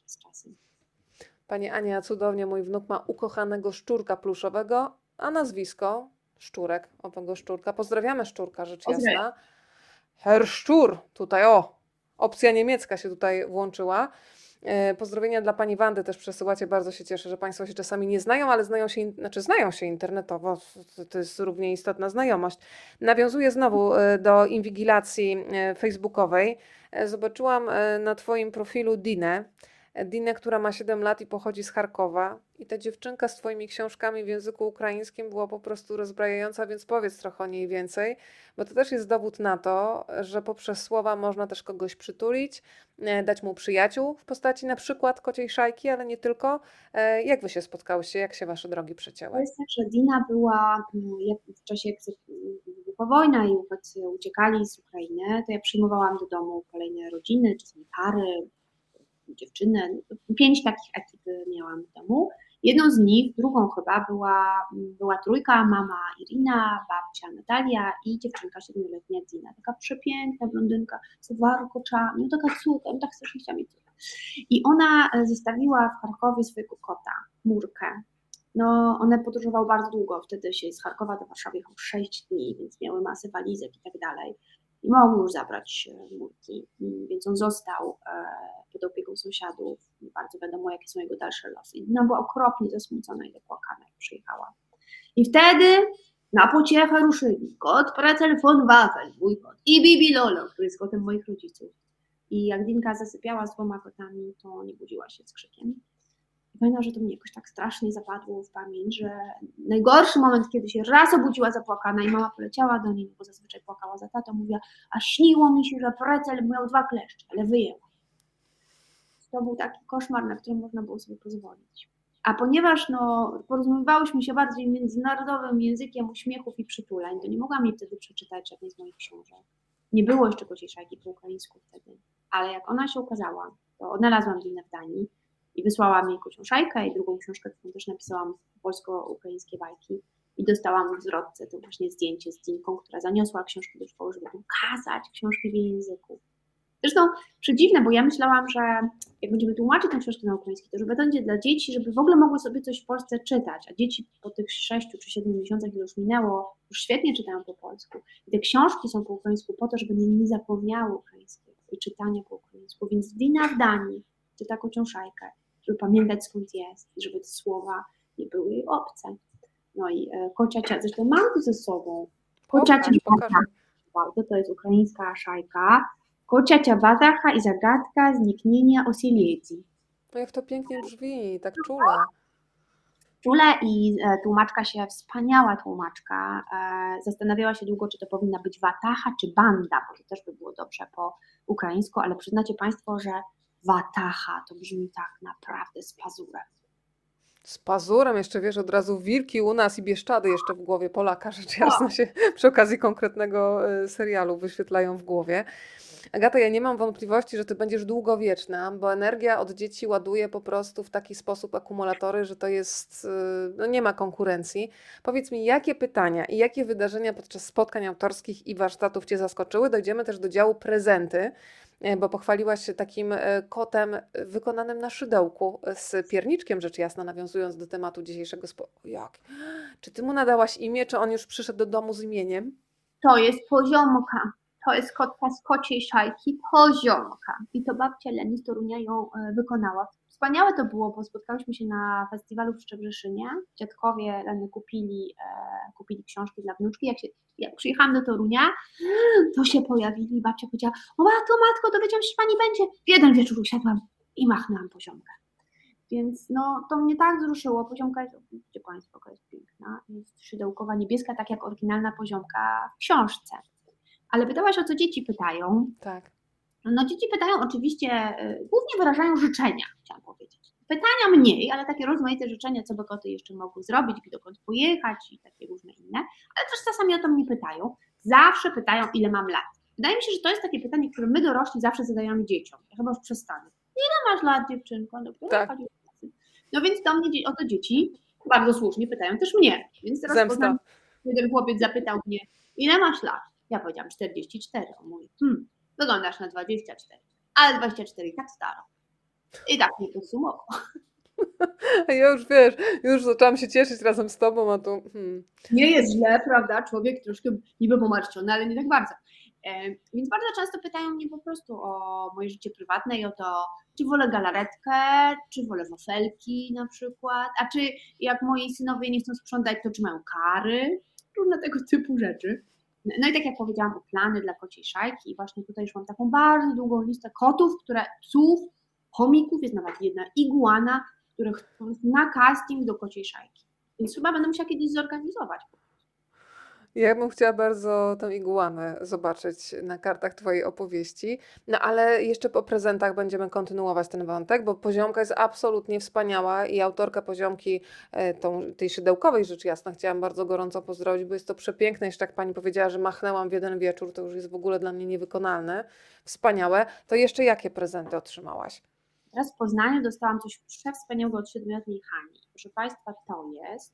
z czasem.
Pani Ania, cudownie, mój wnuk ma ukochanego szczurka pluszowego, a nazwisko Szczurek, owego szczurka. Pozdrawiamy szczurka, rzecz
Pozdrawiam.
jasna. Herr Szczur, tutaj o, opcja niemiecka się tutaj włączyła. E, Pozdrowienia dla pani Wandy też przesyłacie, bardzo się cieszę, że państwo się czasami nie znają, ale znają się, in- znaczy znają się internetowo, to- to jest równie istotna znajomość. Nawiązuję znowu e, do inwigilacji e, facebookowej. E, Zobaczyłam e, na twoim profilu Dinę, E, Dinę, która ma siedem lat i pochodzi z Charkowa. I ta dziewczynka z twoimi książkami w języku ukraińskim była po prostu rozbrajająca, więc powiedz trochę o niej więcej, bo to też jest dowód na to, że poprzez słowa można też kogoś przytulić, e, dać mu przyjaciół w postaci na przykład kociej szajki, ale nie tylko. E, Jak wy się spotkałyście? Jak się wasze drogi
To
przecięły?
jest tak, że Dina była, mm, jak w czasie jak wybuchła wojna i uchodźcy uciekali z Ukrainy, to ja przyjmowałam do domu kolejne rodziny, czasami pary, dziewczyny. Pięć takich ekip miałam w domu. Jedną z nich, drugą chyba, była, była trójka, mama Irina, babcia Natalia i dziewczynka siedmioletnia Dina. Taka przepiękna blondynka z warkoczami, no taka córka, no tak strasznie chciała mieć córkę. I ona e, zostawiła w Charkowie swojego kota, Murkę. No, one podróżowały bardzo długo, wtedy się z Charkowa do Warszawy jechało sześć dni, więc miały masę walizek i tak dalej. I mogły już zabrać e, Murki, Mm, więc on został e, pod opieką sąsiadów. Nie bardzo wiadomo, jakie są jego dalsze losy. I Dina była okropnie zasmucona i zapłakana, jak przyjechała. I wtedy na pociechę ruszyli kot Precel von Wafel, mój kot, i Bibi Lolo, który jest kotem moich rodziców. I jak Dinka zasypiała z dwoma kotami, to nie budziła się z krzykiem. I pamiętam, że to mnie jakoś tak strasznie zapadło w pamięć, że najgorszy moment, kiedy się raz obudziła zapłakana i mama poleciała do niej, bo zazwyczaj płakała za tatą, mówiła, a śniło mi się, że Precel miał dwa kleszcze, ale wyjęła. To był taki koszmar, na który można było sobie pozwolić. A ponieważ no, porozumiewałyśmy się bardziej międzynarodowym językiem uśmiechów i przytulań, to nie mogłam jej wtedy przeczytać żadnej z moich książek. Nie było jeszcze kociej szajki po ukraińsku wtedy. Ale jak ona się ukazała, to odnalazłam Dinę w Danii i wysłałam jej kocią szajkę i drugą książkę, którą też napisałam, polsko-ukraińskie bajki. I dostałam w zwrotce to właśnie zdjęcie z Dinką, która zaniosła książki do szkoły, żeby pokazać książki w jej języku. Zresztą przedziwne, bo ja myślałam, że jak będziemy tłumaczyć tę książkę na ukraiński, to że będzie dla dzieci, żeby w ogóle mogły sobie coś w Polsce czytać, a dzieci po tych sześciu czy siedmiu miesiącach, ile już minęło, już świetnie czytają po polsku. I te książki są po ukraińsku po to, żeby nie, nie zapomniały ukraińskiego i czytania po ukraińsku. Więc Dina w Danii czyta kocią szajkę, żeby pamiętać skąd jest i żeby te słowa nie były jej obce. No i e, kocia ciacia, zresztą mam tu ze sobą. Kocia
Pokaż, pokaż.
ciacia, to jest ukraińska szajka. Kocia ciabatacha i zagadka zniknienia Osiledzi.
No jak to pięknie brzmi, tak czule.
Czule i e, tłumaczka się, wspaniała tłumaczka, e, zastanawiała się długo, czy to powinna być watacha czy banda, bo to też by było dobrze po ukraińsku, ale przyznacie Państwo, że watacha to brzmi tak naprawdę z pazurem.
Z pazurem jeszcze, wiesz, od razu wilki u nas i Bieszczady jeszcze w głowie Polaka, rzecz jasna się przy okazji konkretnego e, serialu wyświetlają w głowie. Agata, ja nie mam wątpliwości, że ty będziesz długowieczna, bo energia od dzieci ładuje po prostu w taki sposób akumulatory, że to jest, y, no nie ma konkurencji. Powiedz mi, jakie pytania i jakie wydarzenia podczas spotkań autorskich i warsztatów cię zaskoczyły? Dojdziemy też do działu prezenty, y, bo pochwaliłaś się takim y, kotem wykonanym na szydełku z pierniczkiem, rzecz jasna, nawiązując do tematu dzisiejszego spotkania. Jak? Czy ty mu nadałaś imię, czy on już przyszedł do domu z imieniem?
To jest poziomka. To jest kotka z kociej szajki, poziomka. I to babcia Leni z Torunia ją e, wykonała. Wspaniałe to było, bo spotkałyśmy się na festiwalu w Szczebrzeszynie. Dziadkowie Leny kupili, e, kupili książki dla wnuczki. Jak, się, jak przyjechałam do Torunia, to się pojawili. Babcia powiedziała, o matko, matko, dowiedziałam się, że pani będzie. W jeden wieczór usiadłam i machnęłam poziomkę. Więc no, to mnie tak wzruszyło. Poziomka jest, widzicie Państwo, jaka jest piękna. Jest szydełkowa, niebieska, tak jak oryginalna poziomka w książce. Ale pytałaś, o co dzieci pytają.
Tak.
No dzieci pytają oczywiście, y, głównie wyrażają życzenia, chciałam powiedzieć. Pytania mniej, ale takie rozmaite życzenia, co by koty jeszcze mogły zrobić, dokąd pojechać i takie różne inne. Ale też czasami o to mnie pytają. Zawsze pytają, ile mam lat. Wydaje mi się, że to jest takie pytanie, które my dorośli zawsze zadajemy dzieciom. Ja chyba już przestanę. Ile masz lat, dziewczynko? No,
Tak.
no więc do mnie, o to dzieci bardzo słusznie pytają też mnie. Więc teraz
Zemsta.
poznam, jeden chłopiec zapytał mnie, ile masz lat? Ja powiedziałam czterdzieści cztery. On mówi, hmm, wyglądasz na dwadzieścia cztery, ale dwadzieścia cztery i tak staro. I tak mnie podsumował.
A ja już wiesz, już zaczęłam się cieszyć razem z tobą, a tu hmm.
Nie jest źle, prawda? Człowiek troszkę niby pomarszczony, ale nie tak bardzo. E, więc bardzo często pytają mnie po prostu o moje życie prywatne i o to, czy wolę galaretkę, czy wolę wafelki na przykład, a czy jak moi synowie nie chcą sprzątać, to czy mają kary, różne tego typu rzeczy. No i tak jak powiedziałam, o plany dla kociej szajki i właśnie tutaj już mam taką bardzo długą listę kotów, które, psów, chomików, jest nawet jedna iguana, których po prostu na casting do kociej szajki. Więc chyba będę musiała kiedyś zorganizować.
Ja bym chciała bardzo tę iguanę zobaczyć na kartach twojej opowieści. No ale jeszcze po prezentach będziemy kontynuować ten wątek, bo Poziomka jest absolutnie wspaniała i autorka Poziomki, e, tą, tej szydełkowej rzecz jasna, chciałam bardzo gorąco pozdrowić, bo jest to przepiękne. Jeszcze jak pani powiedziała, że machnęłam w jeden wieczór, to już jest w ogóle dla mnie niewykonalne. Wspaniałe. To jeszcze jakie prezenty otrzymałaś?
Teraz w Poznaniu dostałam coś przewspaniałego od siedmioletniej Hani. Proszę Państwa, to jest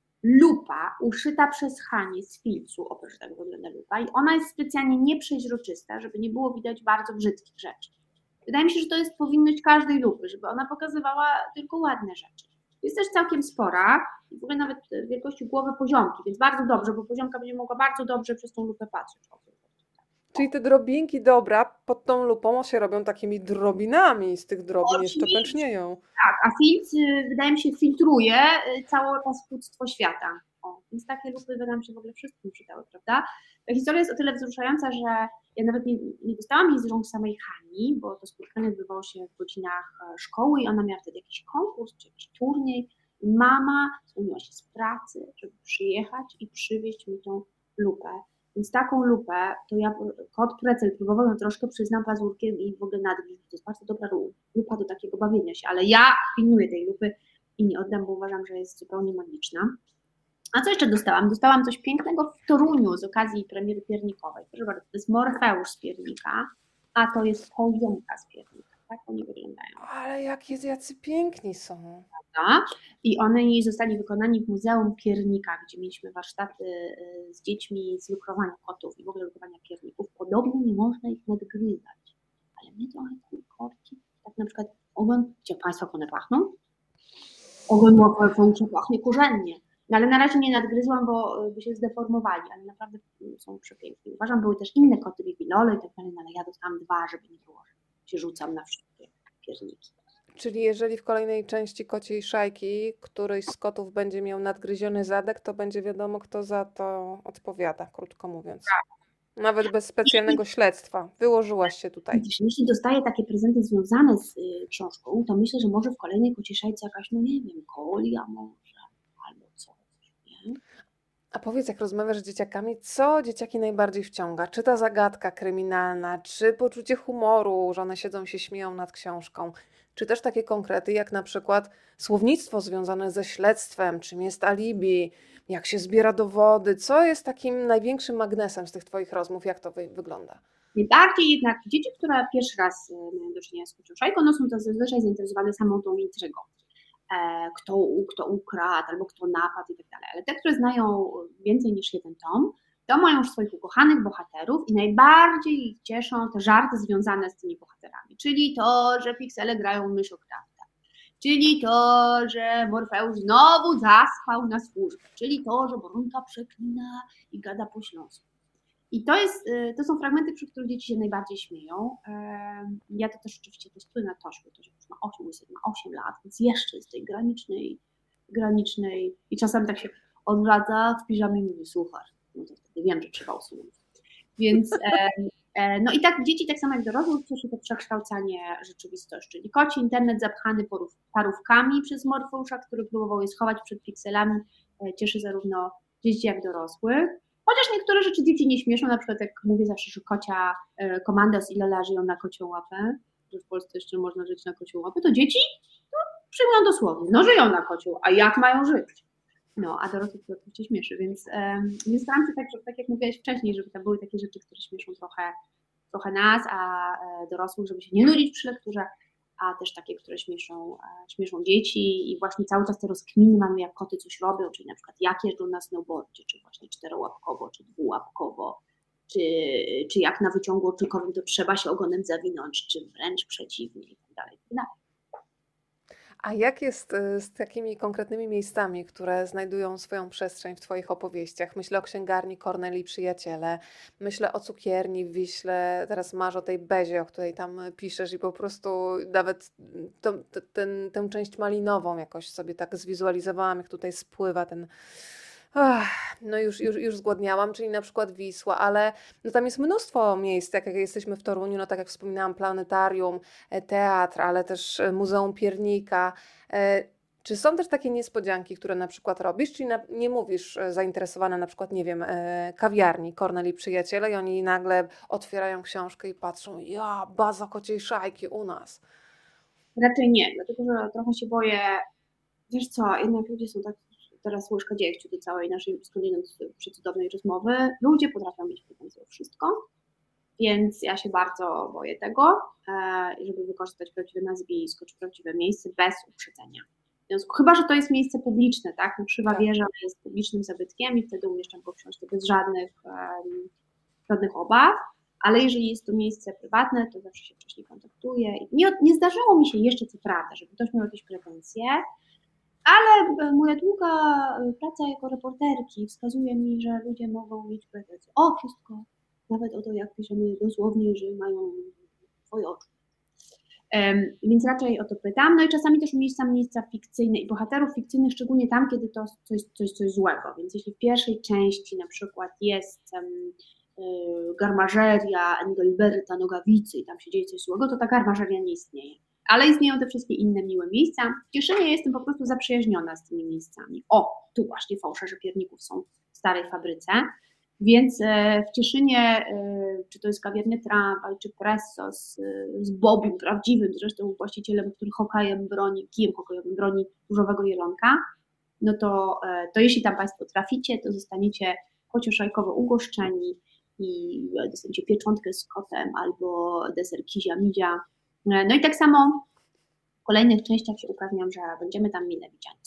lupa uszyta przez Hanię z filcu, oprócz tak wygląda lupa, i ona jest specjalnie nieprzeźroczysta, żeby nie było widać bardzo brzydkich rzeczy. Wydaje mi się, że to jest powinność każdej lupy, żeby ona pokazywała tylko ładne rzeczy. Jest też całkiem spora, w ogóle nawet wielkości głowy Poziomki, więc bardzo dobrze, bo Poziomka będzie mogła bardzo dobrze przez tą lupę patrzeć.
Czyli te drobinki dobra pod tą lupą się robią takimi drobinami, z tych drobin jeszcze
Oczywiście.
pęcznieją.
Tak, a filtr, wydaje mi się, filtruje całe paskudztwo świata. O, więc takie lupy by nam się w ogóle wszystkim przydały, prawda? Ta historia jest o tyle wzruszająca, że ja nawet nie, nie dostałam jej z rąk samej Hani, bo to spotkanie odbywało się w godzinach szkoły i ona miała wtedy jakiś konkurs czy jakiś turniej. I mama zwolniła się z pracy, żeby przyjechać i przywieźć mi tą lupę. Więc taką lupę, to ja, kot Precel próbował ją troszkę, przyznam, pazurkiem i w ogóle nadgryźć. To jest bardzo dobra lupa do takiego bawienia się, ale ja pilnuję tej lupy i nie oddam, bo uważam, że jest zupełnie magiczna. A co jeszcze dostałam? Dostałam coś pięknego w Toruniu z okazji premiery piernikowej. Proszę bardzo, to jest Morfeusz z piernika, a to jest Poziomka z piernika. Tak oni wyglądają.
Ale jakie jacy piękni są.
Prawda? I one zostali wykonani w Muzeum Piernika, gdzie mieliśmy warsztaty z dziećmi z lukrowania kotów i w ogóle lukrowania pierników. Podobno nie można ich nadgryzać, ale mnie trochę korci. Tak na przykład ogon, gdzie Państwo jak one pachną? Ogon Morfeusza pachnie korzennie. No ale na razie nie nadgryzłam, bo by się zdeformowali, ale naprawdę są przepiękni. Uważam, były też inne koty Bibilole i tak dalej, no ale ja dostałam dwa, żeby nie było, że się rzucam na wszystkie pierniki.
Czyli jeżeli w kolejnej części Kociej Szajki któryś z kotów będzie miał nadgryziony zadek, to będzie wiadomo, kto za to odpowiada, krótko mówiąc. Nawet bez specjalnego śledztwa. Wyłożyłaś się tutaj.
Jeśli dostaję takie prezenty związane z y, książką, to myślę, że może w kolejnej Kociej Szajce jakaś, no nie wiem, kolia może, albo coś, nie?
A powiedz, jak rozmawiasz z dzieciakami, co dzieciaki najbardziej wciąga? Czy ta zagadka kryminalna, czy poczucie humoru, że one siedzą się śmieją nad książką, czy też takie konkrety, jak na przykład słownictwo związane ze śledztwem, czym jest alibi, jak się zbiera dowody, co jest takim największym magnesem z tych twoich rozmów, jak to wy- wygląda?
Najbardziej jednak dzieci, które pierwszy raz mają do czynienia z Kocią Szajką, no są to zazwyczaj zainteresowane samą tą intrygą. Kto, kto ukradł, albo kto napadł i tak dalej. Ale te, które znają więcej niż jeden tom, to mają już swoich ukochanych bohaterów i najbardziej ich cieszą te żarty związane z tymi bohaterami. Czyli to, że piksele grają myszokrafta. Czyli to, że Morfeusz znowu zaspał na służbę. Czyli to, że Borunka przeklina i gada po śląsku. I to, jest, to są fragmenty, przy których dzieci się najbardziej śmieją. Ja to też oczywiście testuję na Tośku, to już ma osiem, ma osiem lat, więc jeszcze jest tej granicznej, granicznej i czasami tak się odwraca w piżamie i mówi, słuchaj, no to wtedy wiem, że trzeba usunąć. Więc e, e, no i tak dzieci, tak samo jak dorosłych, cieszy to przekształcanie rzeczywistości. Czyli koci internet zapchany porów, parówkami przez Morfeusza, który próbował je schować przed pikselami, e, cieszy zarówno dzieci jak dorosłych. Chociaż niektóre rzeczy dzieci nie śmieszą, na przykład jak mówię zawsze, że kocia e, komandos i Lola żyją na kocią łapę, że w Polsce jeszcze można żyć na kocią łapę, to dzieci to przyjmują dosłownie, no żyją na kocią, a jak mają żyć? No, a dorosłych to oczywiście śmieszy, więc, e, więc staram się tak, żeby, tak jak mówiłaś wcześniej, żeby to były takie rzeczy, które śmieszą trochę, trochę nas, a e, dorosłych, żeby się nie nudzić przy lekturze, a też takie, które śmieszą, e, śmieszą dzieci i właśnie cały czas te rozkminy mamy, jak koty coś robią, czyli na przykład jak jeżdżą na snowboardzie, czy właśnie czterołapkowo, czy dwułapkowo, czy, czy jak na wyciągu oczykowym to trzeba się ogonem zawinąć, czy wręcz przeciwnie i tak dalej, i tak dalej.
A jak jest y, z takimi konkretnymi miejscami, które znajdują swoją przestrzeń w Twoich opowieściach? Myślę o księgarni Korneli Przyjaciele, myślę o cukierni w Wiśle, teraz masz o tej Bezie, o której tam y, piszesz i po prostu nawet mm, to, t- ten, tę część malinową jakoś sobie tak zwizualizowałam, jak tutaj spływa ten... Ach, no już, już, już zgłodniałam, czyli na przykład Wisła, ale no tam jest mnóstwo miejsc, tak jak jesteśmy w Toruniu, no tak jak wspominałam, planetarium, e, teatr, ale też e, Muzeum Piernika. E, Czy są też takie niespodzianki, które na przykład robisz, czyli na, nie mówisz e, zainteresowana na przykład, nie wiem, e, kawiarni Korneli Przyjaciele i oni nagle otwierają książkę i patrzą, ja, baza kociej szajki u nas.
Raczej nie, dlatego że trochę się boję, wiesz co, jednak ludzie są tak, teraz łyżka dziegciu do całej naszej skądinąd przecudownej rozmowy. Ludzie potrafią mieć pretensje o wszystko, więc ja się bardzo boję tego, e, żeby wykorzystać prawdziwe nazwisko czy prawdziwe miejsce bez uprzedzenia. W związku, chyba że to jest miejsce publiczne, tak? No, Krzywa
Tak.
Wieża jest publicznym zabytkiem i wtedy umieszczam go w książce bez żadnych, em, żadnych obaw, ale jeżeli jest to miejsce prywatne, to zawsze się wcześniej kontaktuję. I Nie, nie zdarzyło mi się jeszcze, co prawda, żeby ktoś miał jakieś pretensje, ale e, moja długa e, praca jako reporterki wskazuje mi, że ludzie mogą mieć pretensje o wszystko, nawet o to, jak piszemy dosłownie, że mają twoje oczy. Em, Więc raczej o to pytam. No i czasami też umiejscam miejsca fikcyjne i bohaterów fikcyjnych, szczególnie tam, kiedy to coś, coś, coś złego. Więc jeśli w pierwszej części na przykład jest um, y, garmażeria Engelberta Nogawicy i tam się dzieje coś złego, to ta garmażeria nie istnieje. Ale istnieją te wszystkie inne miłe miejsca. W Cieszynie jestem po prostu zaprzyjaźniona z tymi miejscami. O, tu właśnie fałszerze pierników są w starej fabryce. Więc e, w Cieszynie, e, czy to jest kawiarnia Tramwaj, czy Presso z, z Bobim prawdziwym, zresztą właścicielem, który hokejem broni, kijem hokejowym broni różowego jelonka, no to, e, to jeśli tam Państwo traficie, to zostaniecie kocioszajkowo ugoszczeni i dostaniecie pieczątkę z kotem albo deser kizia midzia. E, No i tak samo w kolejnych częściach się upewniam, że będziemy tam mile widziani.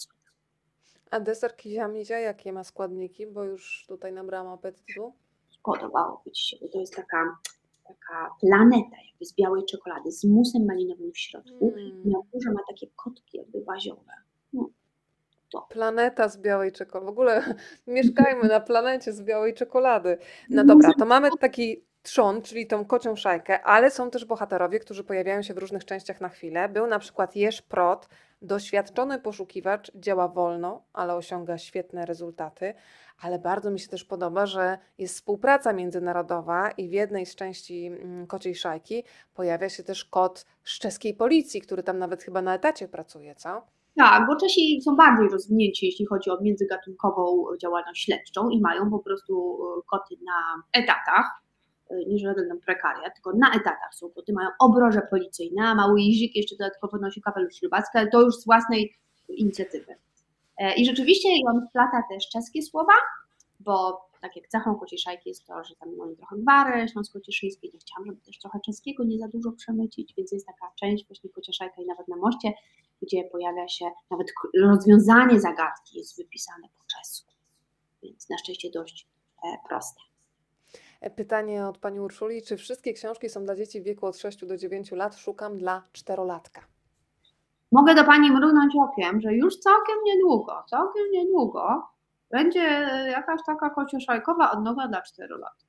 A deser Kizia jakie ma składniki? Bo już tutaj nabrałam apetytu.
Podobałoby Ci się, bo to jest taka, taka planeta jakby z białej czekolady, z musem malinowym w środku.
Mm.
I na górze ma takie kotki jakby baziowe. No, to.
Planeta z białej czekolady. W ogóle mieszkajmy na planecie z białej czekolady. No dobra, to mamy taki trzon, czyli tą kocią szajkę, ale są też bohaterowie, którzy pojawiają się w różnych częściach na chwilę. Był na przykład Jerzy Prot, doświadczony poszukiwacz, działa wolno, ale osiąga świetne rezultaty. Ale bardzo mi się też podoba, że jest współpraca międzynarodowa i w jednej z części mm, kociej szajki pojawia się też kot z czeskiej policji, który tam nawet chyba na etacie pracuje, co?
Tak, bo Czesi są bardziej rozwinięci, jeśli chodzi o międzygatunkową działalność śledczą i mają po prostu e, koty na etatach, e, nie żaden tam prekariat, tylko na etatach są koty, mają obroże policyjne, a mały Izik jeszcze dodatkowo nosi kapelusz rybacki, ale to już z własnej inicjatywy. E, I rzeczywiście on wplata też czeskie słowa, bo tak jak cechą kociej szajki jest to, że tam mamy trochę gwary śląsko-cieszyńskiej, to chciałam, żeby też trochę czeskiego nie za dużo przemycić, więc jest taka część właśnie kocia szajka i nawet na moście, gdzie pojawia się nawet rozwiązanie zagadki jest wypisane po czesku, więc na szczęście dość e, proste.
Pytanie od pani Urszuli, czy wszystkie książki są dla dzieci w wieku od sześciu do dziewięciu lat? Szukam dla czterolatka.
Mogę do Pani mrugnąć okiem, że już całkiem niedługo, całkiem niedługo będzie jakaś taka kocioszajkowa odnoga dla czterolatków.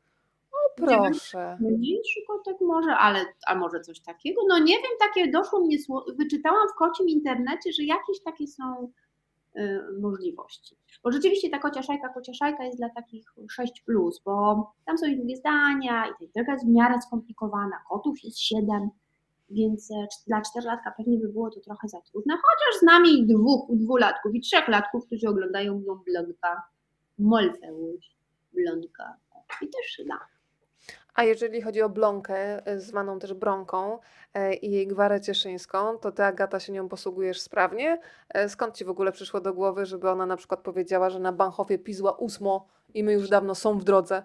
O proszę.
Mniejszy kotek może, ale a może coś takiego? No nie wiem, takie doszło mnie, wyczytałam w kocim internecie, że jakieś takie są y, możliwości. Bo rzeczywiście ta kocia szajka, kocia szajka jest dla takich sześć plus, bo tam są i długie zdania i ta literatura jest w miarę skomplikowana, kotów jest siedem, więc dla czterolatka pewnie by było to trochę za trudne, chociaż z nami dwóch, dwulatków i trzechlatków, którzy oglądają ją Blonka, Molfeusz, Blonka i też Szyla.
A jeżeli chodzi o Blonkę, y, zwaną też Bronką y, i jej gwarę cieszyńską, to ty, Agata, się nią posługujesz sprawnie? Y, Skąd ci w ogóle przyszło do głowy, żeby ona na przykład powiedziała, że na Banchowie pizła ósmo i my już dawno są w drodze?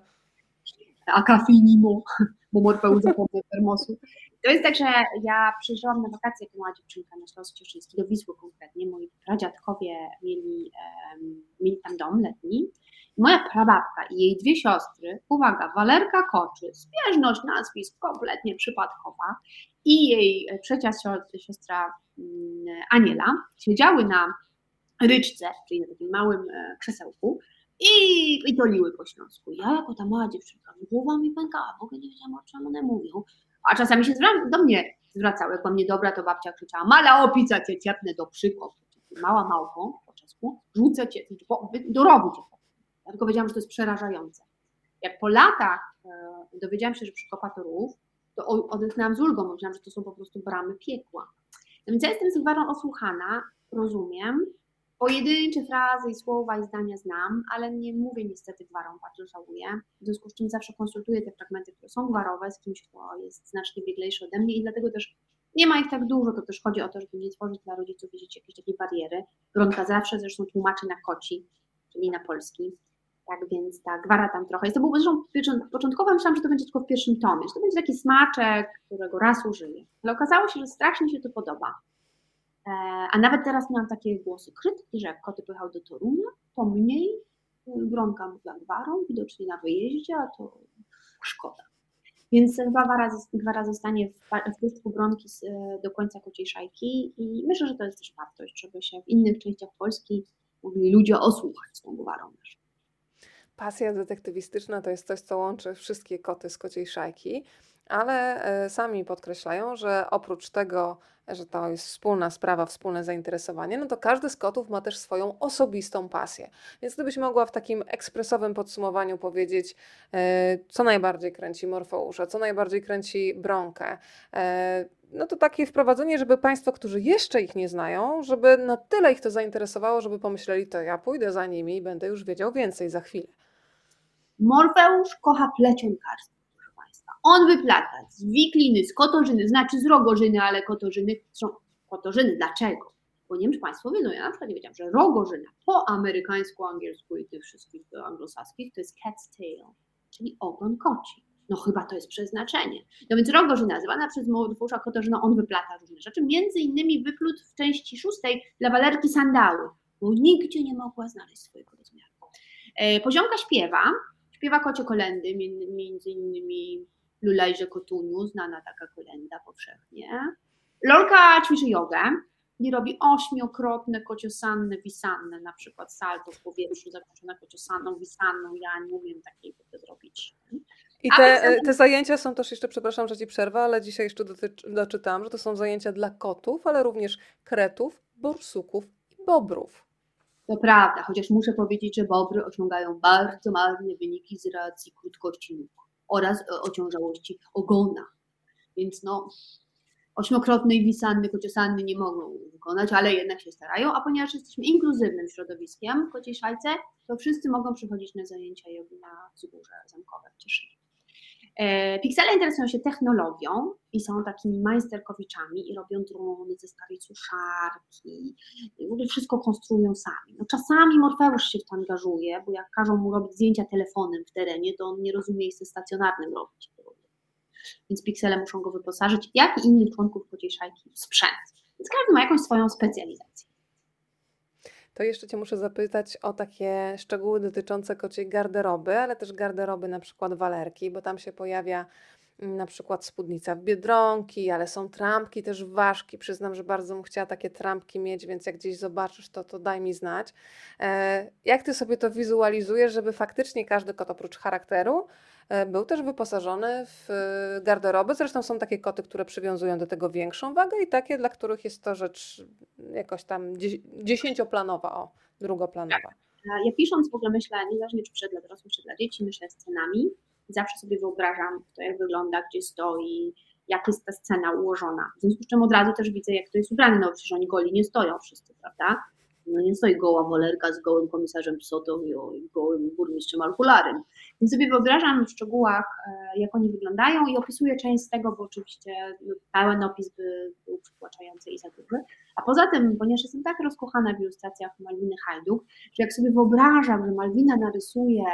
A kafinimo, bo Morfeusz zapomniał termosu. To jest tak, że ja przyjeżdżałam na wakacje jako mała dziewczynka na Śląsk Cieszyński, do Wisły konkretnie. Moi pradziadkowie mieli, um, mieli tam dom letni Moja prababka i jej dwie siostry, uwaga, Walerka Koczy, zbieżność nazwisk kompletnie przypadkowa, i jej trzecia siostra Aniela siedziały na ryczce, czyli na takim małym krzesełku i, i toliły po śląsku. Ja jako ta mała dziewczynka, głowa mi pękała, w ogóle nie wiedziałam, o czym one mówią, a czasami się do mnie zwracały, jak była mnie dobra, to babcia krzyczała: mala opica cię ciepnę do przykop, mała małpą po czesku, rzucę cię, do rowu cię. Ja tylko wiedziałam, że to jest przerażające. Jak po latach e, dowiedziałam się, że przykopa to rów, to odetchnęłam z ulgą, myślałam, że to są po prostu bramy piekła. No więc ja jestem z gwarą osłuchana, rozumiem, pojedyncze frazy i słowa i zdania znam, ale nie mówię niestety gwarą, bardzo żałuję, w związku z czym zawsze konsultuję te fragmenty, które są gwarowe, z kimś, kto jest znacznie bieglejszy ode mnie, i dlatego też nie ma ich tak dużo, to też chodzi o to, żeby nie tworzyć dla rodziców, widzieć, jakieś takie bariery. Bronka zawsze zresztą tłumaczy na koci, czyli na polski. Tak więc ta gwara tam trochę jest. To było zresztą początkowo myślałam, że to będzie tylko w pierwszym tomie, że to będzie taki smaczek, którego raz użyję. Ale okazało się, że strasznie się to podoba. A nawet teraz miałam takie głosy krytyki, że jak koty pojechały do Torunia, to mniej Bronka mówiła gwarą, widocznie na wyjeździe, a to szkoda. Więc gwara, gwara zostanie w, w pustku Bronki do końca Kociej Szajki i myślę, że to jest też wartość, żeby się w innych częściach Polski mogli ludzie osłuchać z tą gwarą.
Pasja detektywistyczna to jest coś, co łączy wszystkie koty z Kociej Szajki, ale sami podkreślają, że oprócz tego, że to jest wspólna sprawa, wspólne zainteresowanie, no to każdy z kotów ma też swoją osobistą pasję. Więc gdybyś mogła w takim ekspresowym podsumowaniu powiedzieć, co najbardziej kręci Morfeusza, co najbardziej kręci Bronkę, no to takie wprowadzenie, żeby Państwo, którzy jeszcze ich nie znają, żeby na tyle ich to zainteresowało, żeby pomyśleli, to ja pójdę za nimi i będę już wiedział więcej za chwilę.
Morfeusz kocha plecionkarstwo, proszę Państwa. On wyplata z wikliny, z kotorzyny, znaczy z rogorzyny, ale kotorzyny są kotorzyny. Dlaczego? Bo nie wiem, czy Państwo wiedzą, ja na przykład nie wiedziałam, że rogorzyna po amerykańsku, angielsku i tych wszystkich anglosaskich to jest cat's tail, czyli ogon koci. No chyba to jest przeznaczenie. No więc rogorzyna nazywana przez Morfeusza kotorzyną, on wyplata różne rzeczy, między innymi wyplótł w części szóstej dla Walerki sandały, bo nigdzie nie mogła znaleźć swojego rozmiaru. Poziomka śpiewa, śpiewa kocie kolendy, między innymi Lulejże Kotuniu, znana taka kolenda powszechnie. Lolka ćwiczy jogę i robi ośmiokrotne kociosanne, wisanne, na przykład salto w powietrzu zakończone kociosanną, wisanną. Ja nie umiem takiej zrobić.
I te, te zajęcia są też jeszcze, przepraszam, że Ci przerwę, ale dzisiaj jeszcze dotyczy, doczytałam, że to są zajęcia dla kotów, ale również kretów, borsuków i bobrów.
To prawda, chociaż muszę powiedzieć, że bobry osiągają bardzo marne wyniki z racji krótkości nóg oraz ociążałości ogona. Więc no, ośmiokrotnej wisanny, kociosanny nie mogą wykonać, ale jednak się starają, a ponieważ jesteśmy inkluzywnym środowiskiem w Kociej Szajce, to wszyscy mogą przychodzić na zajęcia jogi na wzgórze zamkowe w Cieszynie. Piksele interesują się technologią i są takimi majsterkowiczami i robią drony ze starej suszarki, w ogóle wszystko konstruują sami. No czasami Morfeusz się w to angażuje, bo jak każą mu robić zdjęcia telefonem w terenie, to on nie rozumie ich ze stacjonarnym robić. Więc piksele muszą go wyposażyć, jak i innych członków Kociej Szajki, w sprzęt. Więc każdy ma jakąś swoją specjalizację.
To jeszcze Cię muszę zapytać o takie szczegóły dotyczące kociej garderoby, ale też garderoby na przykład Walerki, bo tam się pojawia na przykład spódnica w Biedronki, ale są trampki też w Ważki. Przyznam, że bardzo bym chciała takie trampki mieć, więc jak gdzieś zobaczysz, to, to daj mi znać. E, jak Ty sobie to wizualizujesz, żeby faktycznie każdy kot oprócz charakteru e, był też wyposażony w garderobę? Zresztą są takie koty, które przywiązują do tego większą wagę i takie, dla których jest to rzecz jakoś tam dziesięcioplanowa, o, drugoplanowa.
Ja pisząc w ogóle myślę, niezależnie czy przed dla dorosłych, czy dla dzieci, myślę scenami. Zawsze sobie wyobrażam, to jak wygląda, gdzie stoi, jak jest ta scena ułożona. W związku z czym od razu też widzę, jak to jest ubrane. No przecież oni goli nie stoją wszyscy, prawda? No nie stoi goła Walerka z gołym komisarzem Psotą i gołym burmistrzem Alkularem. Więc sobie wyobrażam w szczegółach, jak oni wyglądają i opisuję część z tego, bo oczywiście pełen opis by był przytłaczający i za duży. A poza tym, ponieważ jestem tak rozkochana w ilustracjach Malwiny Hajduk, że jak sobie wyobrażam, że Malwina narysuje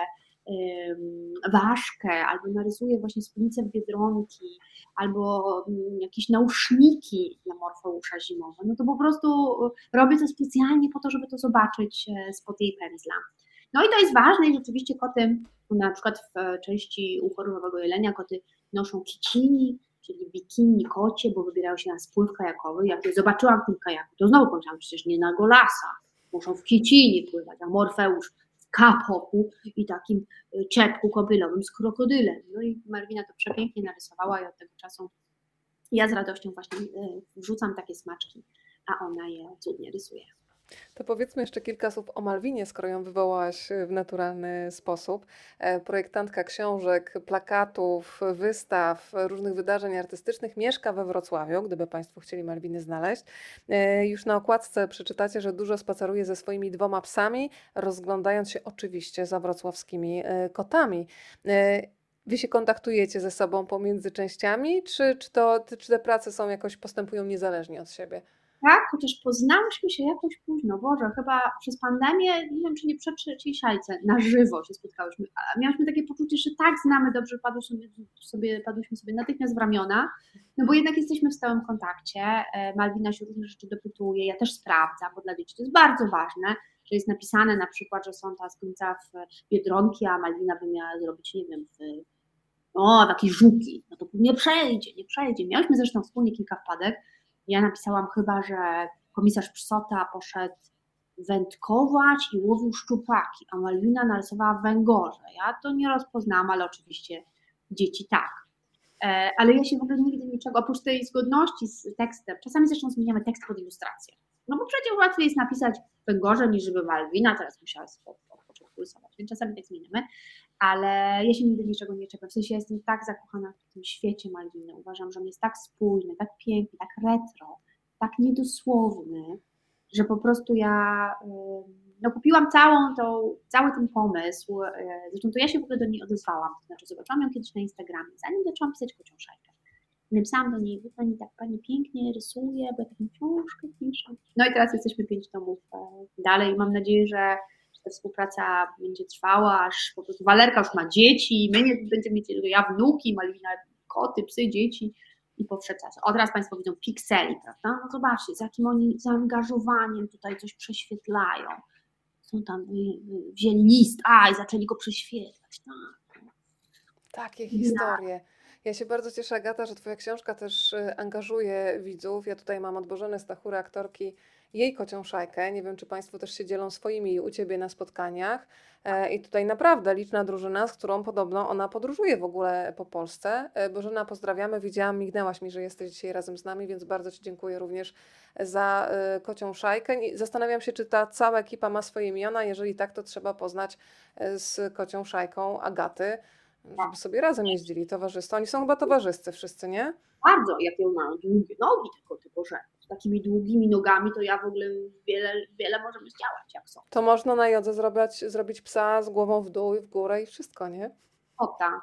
Ważkę, albo narysuje właśnie spódnicę Biedronki, albo jakieś nauszniki dla Morfeusza zimowe, no to po prostu robię to specjalnie po to, żeby to zobaczyć spod jej pędzla. No i to jest ważne i rzeczywiście koty, na przykład w części u chorobowego jelenia koty noszą kikini, czyli bikini kocie, bo wybierają się na spływ kajakowy. Jak je zobaczyłam w tym kajaku, to znowu pomyślałam, przecież nie na golasa, muszą w kicini pływać, a Morfeusz w kapoku i takim czepku kobylowym z krokodylem. No i Malwina to przepięknie narysowała i od tego czasu ja z radością właśnie wrzucam takie smaczki, a ona je cudnie rysuje.
To powiedzmy jeszcze kilka słów o Malwinie, skoro ją wywołałaś w naturalny sposób. Projektantka książek, plakatów, wystaw, różnych wydarzeń artystycznych mieszka we Wrocławiu, gdyby Państwo chcieli Malwiny znaleźć. Już na okładce przeczytacie, że dużo spaceruje ze swoimi dwoma psami, rozglądając się oczywiście za wrocławskimi kotami. Wy się kontaktujecie ze sobą pomiędzy częściami, czy, czy, to, czy te prace są jakoś, postępują niezależnie od siebie?
Tak, chociaż poznałyśmy się jakoś późno, Boże, chyba przez pandemię, nie wiem, czy nie przy trzeciej szajce, na żywo się spotkałyśmy, a miałyśmy takie poczucie, że tak znamy dobrze, padłyśmy sobie, padłyśmy sobie natychmiast w ramiona, no bo jednak jesteśmy w stałym kontakcie, Malwina się różne rzeczy dopytuje, ja też sprawdzam, bo dla dzieci to jest bardzo ważne, że jest napisane na przykład, że są ta skońca w Biedronki, a Malwina by miała zrobić, nie wiem, w, o, takie żuki, no to nie przejdzie, nie przejdzie. Miałyśmy zresztą wspólnie kilka wpadek. Ja napisałam chyba, że komisarz Psota poszedł wędkować i łowił szczupaki, a Malwina narysowała węgorze. Ja to nie rozpoznałam, ale oczywiście dzieci tak. Ale ja się w ogóle nigdy niczego, oprócz tej zgodności z tekstem, czasami zresztą zmieniamy tekst pod ilustrację. No bo przecież łatwiej jest napisać węgorze niż żeby Malwina teraz musiała rysować, więc czasami tak zmieniamy, ale ja się nigdy niczego nie czepiam. W sensie ja jestem tak zakochana w tym świecie Malwiny. Uważam, że on jest tak spójny, tak piękny, tak retro, tak niedosłowny, że po prostu ja no, kupiłam całą tą, cały ten pomysł. Zresztą to ja się w ogóle do niej odezwałam. To znaczy zobaczyłam ją kiedyś na Instagramie, zanim zaczęłam pisać Kocią Szajkę. Napisałam do niej, wie pani, tak pani pięknie rysuje, bo ja taką książkę piszę. No i teraz jesteśmy pięć tomów dalej. Mam nadzieję, że ta współpraca będzie trwała, aż po prostu Walerka już ma dzieci, my nie będziemy mieć, ja wnuki, Malwina koty, psy, dzieci i powszedł czas. O, teraz Państwo widzą pikseli, prawda? No zobaczcie, z jakim oni zaangażowaniem tutaj coś prześwietlają. Są tam, wzięli list, a i zaczęli go prześwietlać. Tak.
Takie historie. Ja się bardzo cieszę, Agata, że Twoja książka też angażuje widzów. Ja tutaj mam od Bożeny Stachury, aktorki, jej Kocią Szajkę. Nie wiem, czy Państwo też się dzielą swoimi u Ciebie na spotkaniach. I tutaj naprawdę liczna drużyna, z którą podobno ona podróżuje w ogóle po Polsce. Bożena, pozdrawiamy. Widziałam, mignęłaś mi, że jesteś dzisiaj razem z nami, więc bardzo Ci dziękuję również za Kocią Szajkę. Zastanawiam się, czy ta cała ekipa ma swoje imiona. Jeżeli tak, to trzeba poznać z Kocią Szajką Agaty, żeby sobie razem jeździli, towarzystwo. Oni są chyba towarzyscy wszyscy, nie?
Bardzo, jakie mają długie nogi, tylko typu, że z takimi długimi nogami to ja w ogóle wiele, wiele możemy zdziałać, jak są.
To można na jodze zrobić, zrobić psa z głową w dół i w górę i wszystko, nie?
Kota.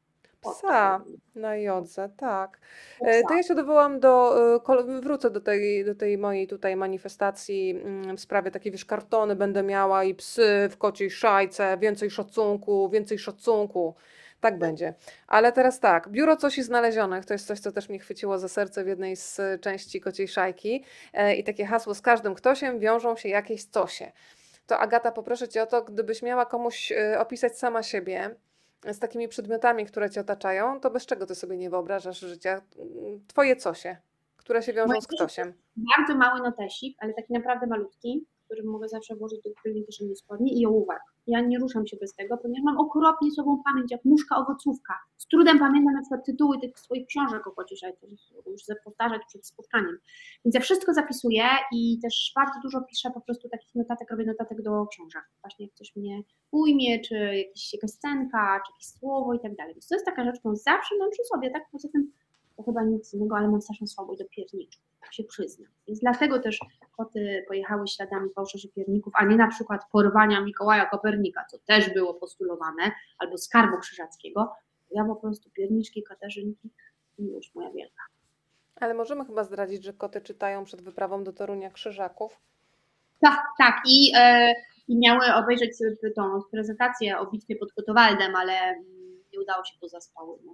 Psa na jodze, tak. Psa. To ja się dowołam do, wrócę do tej, do tej mojej tutaj manifestacji w sprawie takiej, wiesz, kartony będę miała i psy w Kociej Szajce, więcej szacunku, więcej szacunku. Tak będzie. Ale teraz tak, Biuro Cosi Znalezionych to jest coś, co też mnie chwyciło za serce w jednej z części Kociej Szajki i takie hasło: z każdym ktośem wiążą się jakieś cosie. To Agata, poproszę Cię o to, gdybyś miała komuś opisać sama siebie z takimi przedmiotami, które Cię otaczają, to bez czego Ty sobie nie wyobrażasz życia? Twoje cosie, które się wiążą z ktośem.
Bardzo mały notesik, ale taki naprawdę malutki, który mogę zawsze włożyć do tylnej kieszeni spodni i ołówek. Ja nie ruszam się bez tego, ponieważ mam okropnie słabą pamięć, jak muszka owocówka. Z trudem pamiętam na przykład tytuły tych swoich książek o Kociej Szajce, muszę powtarzać przed spotkaniem. Więc ja wszystko zapisuję i też bardzo dużo piszę po prostu takich notatek, robię notatek do książek. Właśnie jak ktoś mnie ujmie, czy jakiś, jakaś scenka, czy jakieś słowo i tak dalej. Więc to jest taka rzecz, którą zawsze mam przy sobie, tak? Poza tym to chyba nic innego, ale mam straszną słabość do pierniczków, tak się przyznam. Więc dlatego też koty pojechały śladami fałszerzy pierników, a nie na przykład porwania Mikołaja Kopernika, co też było postulowane, albo Skarbu Krzyżackiego. Ja po prostu pierniczki Katarzynki, miłość moja wielka.
Ale możemy chyba zdradzić, że koty czytają przed wyprawą do Torunia Krzyżaków.
Tak, tak. I, e, i miały obejrzeć tą prezentację o bitwie pod Kotowaldem, ale nie udało się, bo zaspały. No.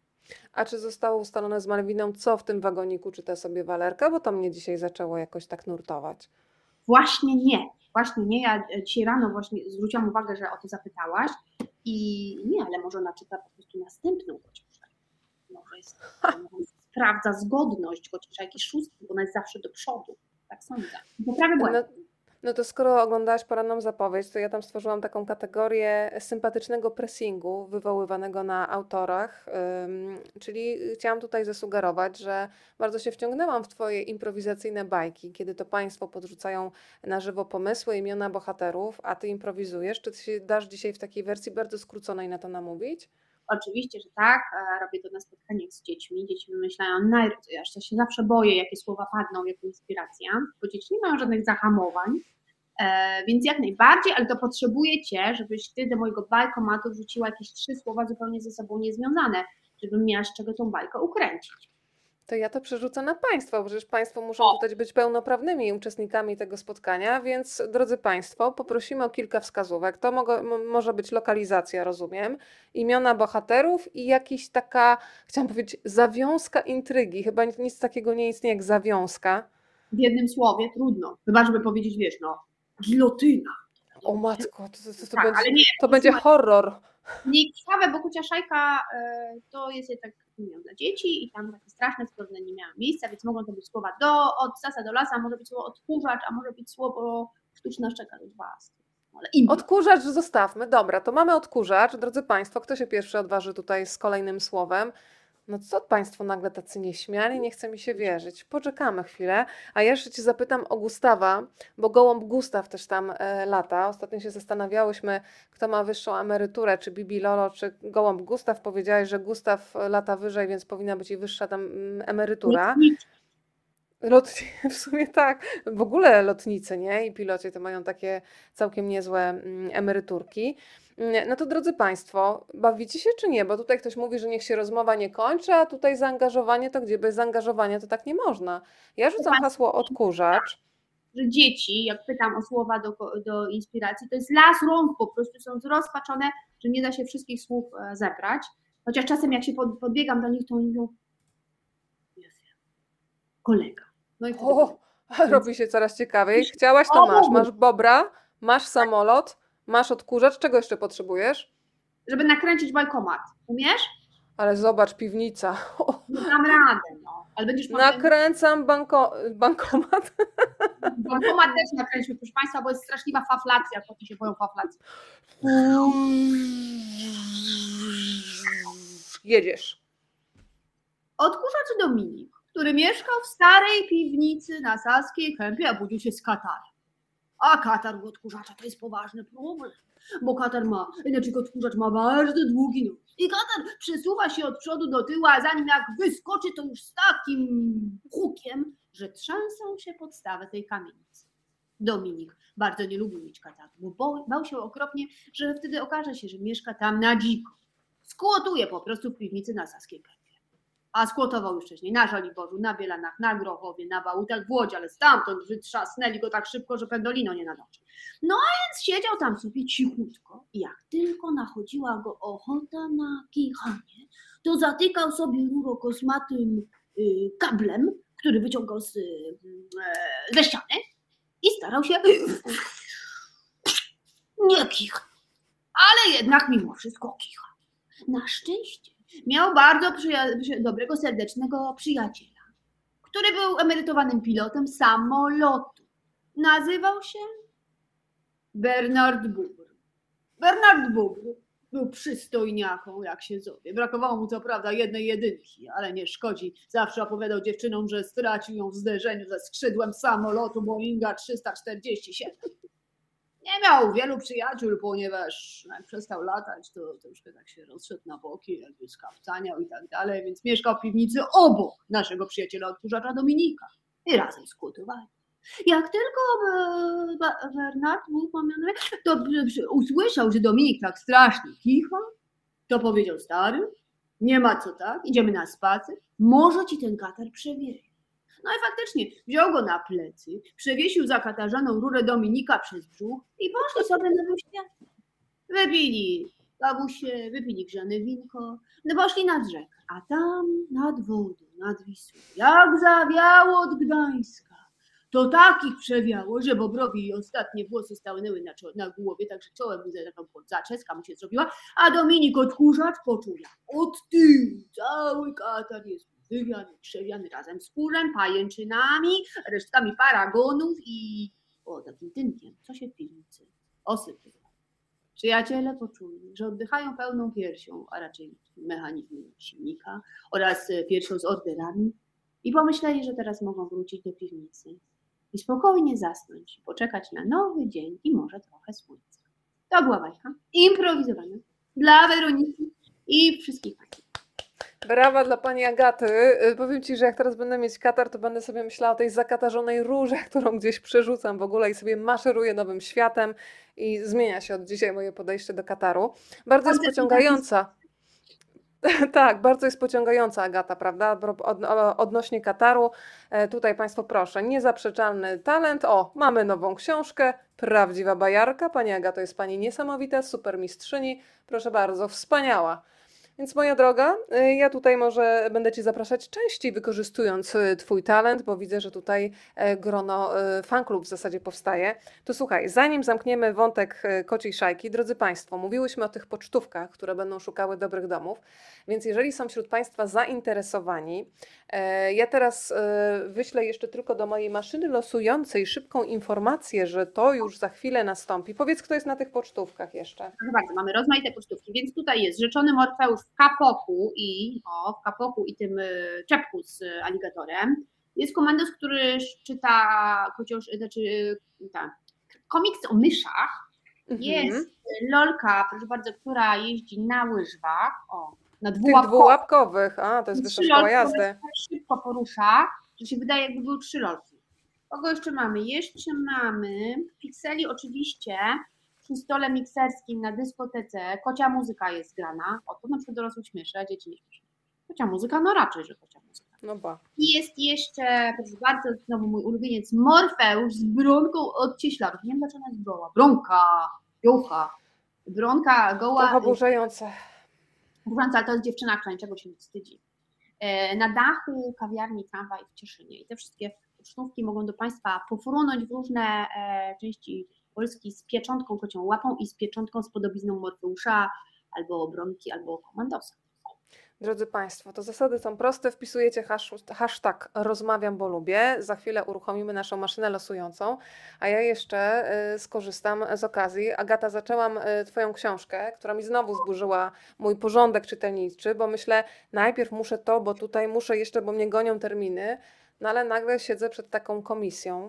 A czy zostało ustalone z Malwiną, co w tym wagoniku czyta sobie Walerka? Bo to mnie dzisiaj zaczęło jakoś tak nurtować.
Właśnie nie. Właśnie nie, ja dzisiaj rano właśnie zwróciłam uwagę, że o to zapytałaś i nie, ale może ona czyta po prostu następną kociuszkę. Może jest, może sprawdza zgodność kociuszki szóstki, bo ona jest zawsze do przodu. Tak sądzę. Poprawy
No,
błędy.
no to skoro oglądałaś poranną zapowiedź, to ja tam stworzyłam taką kategorię sympatycznego pressingu wywoływanego na autorach, ym, czyli chciałam tutaj zasugerować, że bardzo się wciągnęłam w Twoje improwizacyjne bajki, kiedy to Państwo podrzucają na żywo pomysły, imiona bohaterów, a Ty improwizujesz. Czy Ty się dasz dzisiaj w takiej wersji bardzo skróconej na to namówić?
Oczywiście, że tak. Robię to na spotkaniach z dziećmi. Dzieci wymyślają, naj... ja się zawsze boję, jakie słowa padną jako inspiracja, bo dzieci nie mają żadnych zahamowań, e, więc jak najbardziej, ale to potrzebuję Cię, żebyś Ty do mojego bajkomatu wrzuciła jakieś trzy słowa zupełnie ze sobą niezwiązane, żebym miała z czego tą bajkę ukręcić.
To ja to przerzucę na Państwa, bo przecież Państwo muszą tutaj być pełnoprawnymi uczestnikami tego spotkania, więc drodzy Państwo, poprosimy o kilka wskazówek. To mogą, może być lokalizacja, rozumiem, imiona bohaterów i jakaś taka, chciałam powiedzieć, zawiązka intrygi. Chyba nic takiego nie istnieje jak zawiązka.
W jednym słowie trudno, chyba żeby powiedzieć, wiesz, no, gilotyna.
O matko, to, to, to, to
tak,
będzie,
ale nie,
to będzie horror.
Nieciekawe, bo Kucia Szajka y, to jest jednak nie wiem, dla dzieci i tam takie straszne cudowne nie miały miejsca, więc mogą to być słowa do, od sasa do lasa, może być słowo odkurzacz, a może być słowo sztuczna szczeka do dwa. Ale
odkurzacz zostawmy. Dobra, to mamy odkurzacz. Drodzy Państwo, kto się pierwszy odważy tutaj z kolejnym słowem? No co Państwo nagle tacy nieśmiali? Nie chce mi się wierzyć. Poczekamy chwilę. A ja jeszcze Cię zapytam o Gustawa, bo gołąb Gustaw też tam e, lata. Ostatnio się zastanawiałyśmy, kto ma wyższą emeryturę, czy Bibi Lolo, czy gołąb Gustaw. Powiedziałeś, że Gustaw lata wyżej, więc powinna być i wyższa tam mm, emerytura. Lotni, w sumie tak. W ogóle lotnicy, nie? I piloci to mają takie całkiem niezłe mm, emeryturki. No to drodzy Państwo, bawicie się czy nie? Bo tutaj ktoś mówi, że niech się rozmowa nie kończy, a tutaj zaangażowanie to gdzie? Bez zaangażowania to tak nie można. Ja rzucam hasło odkurzacz.
Że dzieci, jak pytam o słowa do, do inspiracji, to jest las rąk, po prostu są zrozpaczone, że nie da się wszystkich słów zebrać. Chociaż czasem jak się pod, podbiegam do nich, to oni mówią, kolega. No i
o, robi się coraz ciekawiej. Chciałaś, to masz. Masz bobra, masz samolot, masz odkurzacz. Czego jeszcze potrzebujesz?
Żeby nakręcić bajkomat. Umiesz?
Ale zobacz, piwnica.
No dam radę, no. Ale będziesz
Nakręcam banko, bankomat.
Bankomat też nakręćmy, proszę Państwa, bo jest straszliwa faflacja. Koty się boją faflacji.
Jedziesz.
Odkurzacz Dominik, który mieszkał w starej piwnicy na Saskiej Kępie, a budził się z katarem. A katar u odkurzacza to jest poważny problem, bo katar ma, inaczej odkurzacz ma bardzo długi nóż. I katar przesuwa się od przodu do tyłu, a zanim jak wyskoczy, to już z takim hukiem, że trzęsą się podstawy tej kamienicy. Dominik bardzo nie lubił mieć kataru, bo bał się okropnie, że wtedy okaże się, że mieszka tam na dziko. Skłotuje po prostu w piwnicy na Saskiej Kępie. A skłotował już wcześniej na Żoliborzu, na Bielanach, na Grochowie, na Bałutach w Łodzi, ale stamtąd wytrzasnęli go tak szybko, że pendolino nie nadąży. No a więc siedział tam sobie cichutko i jak tylko nachodziła go ochota na kichanie, to zatykał sobie ruro kosmatym y, kablem, który wyciągał z, y, ze ściany i starał się nie kichać, ale jednak mimo wszystko kicha. Na szczęście miał bardzo przyja- dobrego, serdecznego przyjaciela, który był emerytowanym pilotem samolotu. Nazywał się Bernard Bubr. Bernard Bubr był przystojniaką, jak się zowie. Brakowało mu co prawda jednej jedynki, ale nie szkodzi. Zawsze opowiadał dziewczynom, że stracił ją w zderzeniu ze skrzydłem samolotu Boeinga trzysta czterdzieści siedem. Nie miał wielu przyjaciół, ponieważ jak przestał latać, to troszkę tak się rozszedł na boki, jakby skapcaniał i tak dalej, więc mieszkał w piwnicy obok naszego przyjaciela odkurzacza Dominika i razem skłotowali. Jak tylko Bernard to usłyszał, że Dominik tak strasznie kicha, to powiedział: stary, nie ma co tak, idziemy na spacer, może ci ten katar przewieje. No i faktycznie wziął go na plecy, przewiesił zakatarzaną rurę Dominika przez brzuch i poszli sobie na świat. Wypili kawusie, wypili grzane winko, no poszli nad rzekę, a tam nad wodą, nad Wisłą, jak zawiało od Gdańska, to takich przewiało, że Bobrowi i ostatnie włosy stanęły na, czo- na głowie, także czołem mu za taką zaczeska mu się zrobiła, a Dominik odkurzacz poczuł jak od tyłu cały katar jest wywiany, przewiany razem z kurzem, pajęczynami, resztkami paragonów i o takim tynkiem, co się w piwnicy osypie. Przyjaciele poczuli, że oddychają pełną piersią, a raczej mechanizmem silnika oraz piersią z orderami i pomyśleli, że teraz mogą wrócić do piwnicy i spokojnie zasnąć, poczekać na nowy dzień i może trochę słońca. To była bajka improwizowana dla Weroniki i wszystkich państwa.
Brawa dla pani Agaty. Y, Powiem ci, że jak teraz będę mieć katar, to będę sobie myślała o tej zakatarzonej róże, którą gdzieś przerzucam w ogóle i sobie maszeruję nowym światem i zmienia się od dzisiaj moje podejście do kataru. Bardzo jest pociągająca. Tak, bardzo jest pociągająca Agata, prawda? Bro- Od, o- odnośnie kataru, e, tutaj Państwo proszę, niezaprzeczalny talent. O, mamy nową książkę, Prawdziwa bajarka. Pani Agato jest Pani niesamowita, super mistrzyni. Proszę bardzo, wspaniała. Więc moja droga, y, ja tutaj może będę Cię zapraszać częściej, wykorzystując y, Twój talent, bo widzę, że tutaj e, grono y, fanklub w zasadzie powstaje. To słuchaj, zanim zamkniemy wątek y, kociej szajki, drodzy Państwo, mówiłyśmy o tych pocztówkach, które będą szukały dobrych domów, więc jeżeli są wśród Państwa zainteresowani, e, ja teraz e, wyślę jeszcze tylko do mojej maszyny losującej szybką informację, że to już za chwilę nastąpi. Powiedz, kto jest na tych pocztówkach jeszcze.
Proszę bardzo, mamy rozmaite pocztówki, więc tutaj jest rzeczony Morfeusz w kapoku i o, w kapoku i tym y, czepku z y, aligatorem. Jest komandos, który czyta kocioż, znaczy y, ta, komiks o myszach. Jest y, Lolka, proszę bardzo, która jeździ na łyżwach, o, na
Tych
dwułapkowych.
dwułapkowych, a to jest wyższa
Trzy
szkoła
lolki,
jazdy.
które się tak szybko porusza, że się wydaje, jakby były trzy lolki. Kogo jeszcze mamy? Jeszcze mamy Pikseli oczywiście przy stole mikserskim na dyskotece. Kocia muzyka jest grana. O, to na przykład dorosłych śmieszy, a dzieci nie śmieszy. Kocia muzyka? No raczej, że kocia muzyka.
No ba.
I jest jeszcze, proszę bardzo, znowu mój ulubieniec Morfeusz z Bronką od Cieślarów. Nie wiem, dlaczego ona jest goła. Bronka, jocha. Bronka, goła.
Trochę oburzające.
Mówiąc, ale to jest dziewczyna, która niczego się nie wstydzi. E, Na dachu kawiarni Tramwaj w Cieszynie. I te wszystkie pocztówki mogą do Państwa pofrunąć w różne e, części Polski z pieczątką kocią łapą i z pieczątką z podobizną Morfeusza, albo Bronki, albo Komandosa.
Drodzy Państwo, to zasady są proste. Wpisujecie hasz, hashtag rozmawiam, bo lubię. Za chwilę uruchomimy naszą maszynę losującą, a ja jeszcze y, skorzystam z okazji. Agata, zaczęłam y, Twoją książkę, która mi znowu zburzyła mój porządek czytelniczy, bo myślę, najpierw muszę to, bo tutaj muszę jeszcze, bo mnie gonią terminy, no ale nagle siedzę przed taką komisją.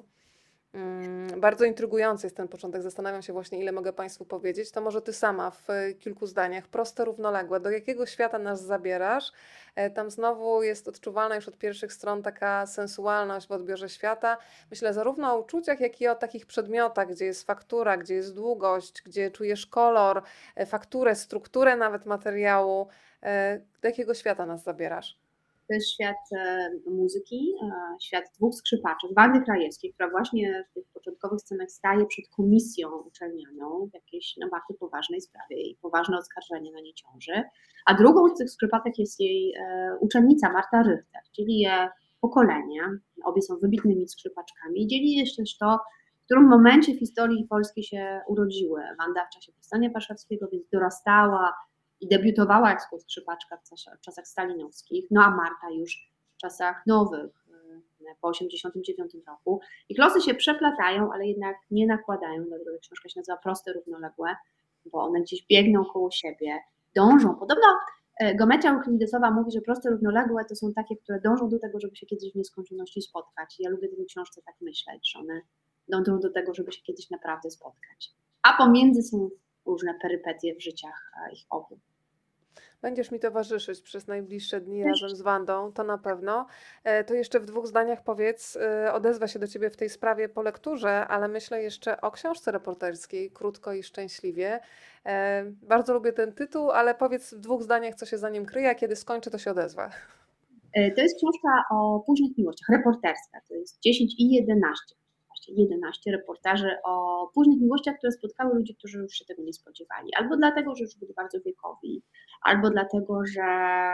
Mm, Bardzo intrygujący jest ten początek. Zastanawiam się właśnie, ile mogę Państwu powiedzieć. To może Ty sama w e, kilku zdaniach, proste, równoległe. Do jakiego świata nas zabierasz? E, Tam znowu jest odczuwalna już od pierwszych stron taka sensualność w odbiorze świata. Myślę zarówno o uczuciach, jak i o takich przedmiotach, gdzie jest faktura, gdzie jest długość, gdzie czujesz kolor, e, fakturę, strukturę nawet materiału. E, Do jakiego świata nas zabierasz?
To jest świat e, muzyki, e, świat dwóch skrzypaczy, Wandy Krajewskiej, która właśnie w tych początkowych scenach staje przed komisją uczelnianą w jakiejś no, bardzo poważnej sprawie i poważne oskarżenie na nie ciąży. A drugą z tych skrzypatek jest jej e, uczennica Marta Richter, dzieli je pokolenie, obie są wybitnymi skrzypaczkami i dzieli jeszcze też to, w którym momencie w historii Polski się urodziły. Wanda w czasie Powstania Warszawskiego, więc dorastała i debiutowała jako skrzypaczka w czasach stalinowskich, no a Marta już w czasach nowych, po osiemdziesiątym dziewiątym roku. Ich losy się przeplatają, ale jednak nie nakładają, dlatego ta książka się nazywa Proste, równoległe, bo one gdzieś biegną koło siebie, dążą. Podobno geometria euklidesowa mówi, że proste, równoległe to są takie, które dążą do tego, żeby się kiedyś w nieskończoności spotkać. I ja lubię w tej książce tak myśleć, że one dążą do tego, żeby się kiedyś naprawdę spotkać. A pomiędzy są różne perypetie w życiach ich obu.
Będziesz mi towarzyszyć przez najbliższe dni razem z Wandą, to na pewno. E, To jeszcze w dwóch zdaniach powiedz, e, odezwę się do Ciebie w tej sprawie po lekturze, ale myślę jeszcze o książce reporterskiej, Krótko i szczęśliwie. E, Bardzo lubię ten tytuł, ale powiedz w dwóch zdaniach, co się za nim kryje, a kiedy skończę, to się odezwę.
To jest książka o późnych miłościach, reporterska, to jest dziesięć i jedenaście. jedenaście reportaży o późnych miłościach, które spotkały ludzi, którzy już się tego nie spodziewali. Albo dlatego, że już byli bardzo wiekowi, albo dlatego, że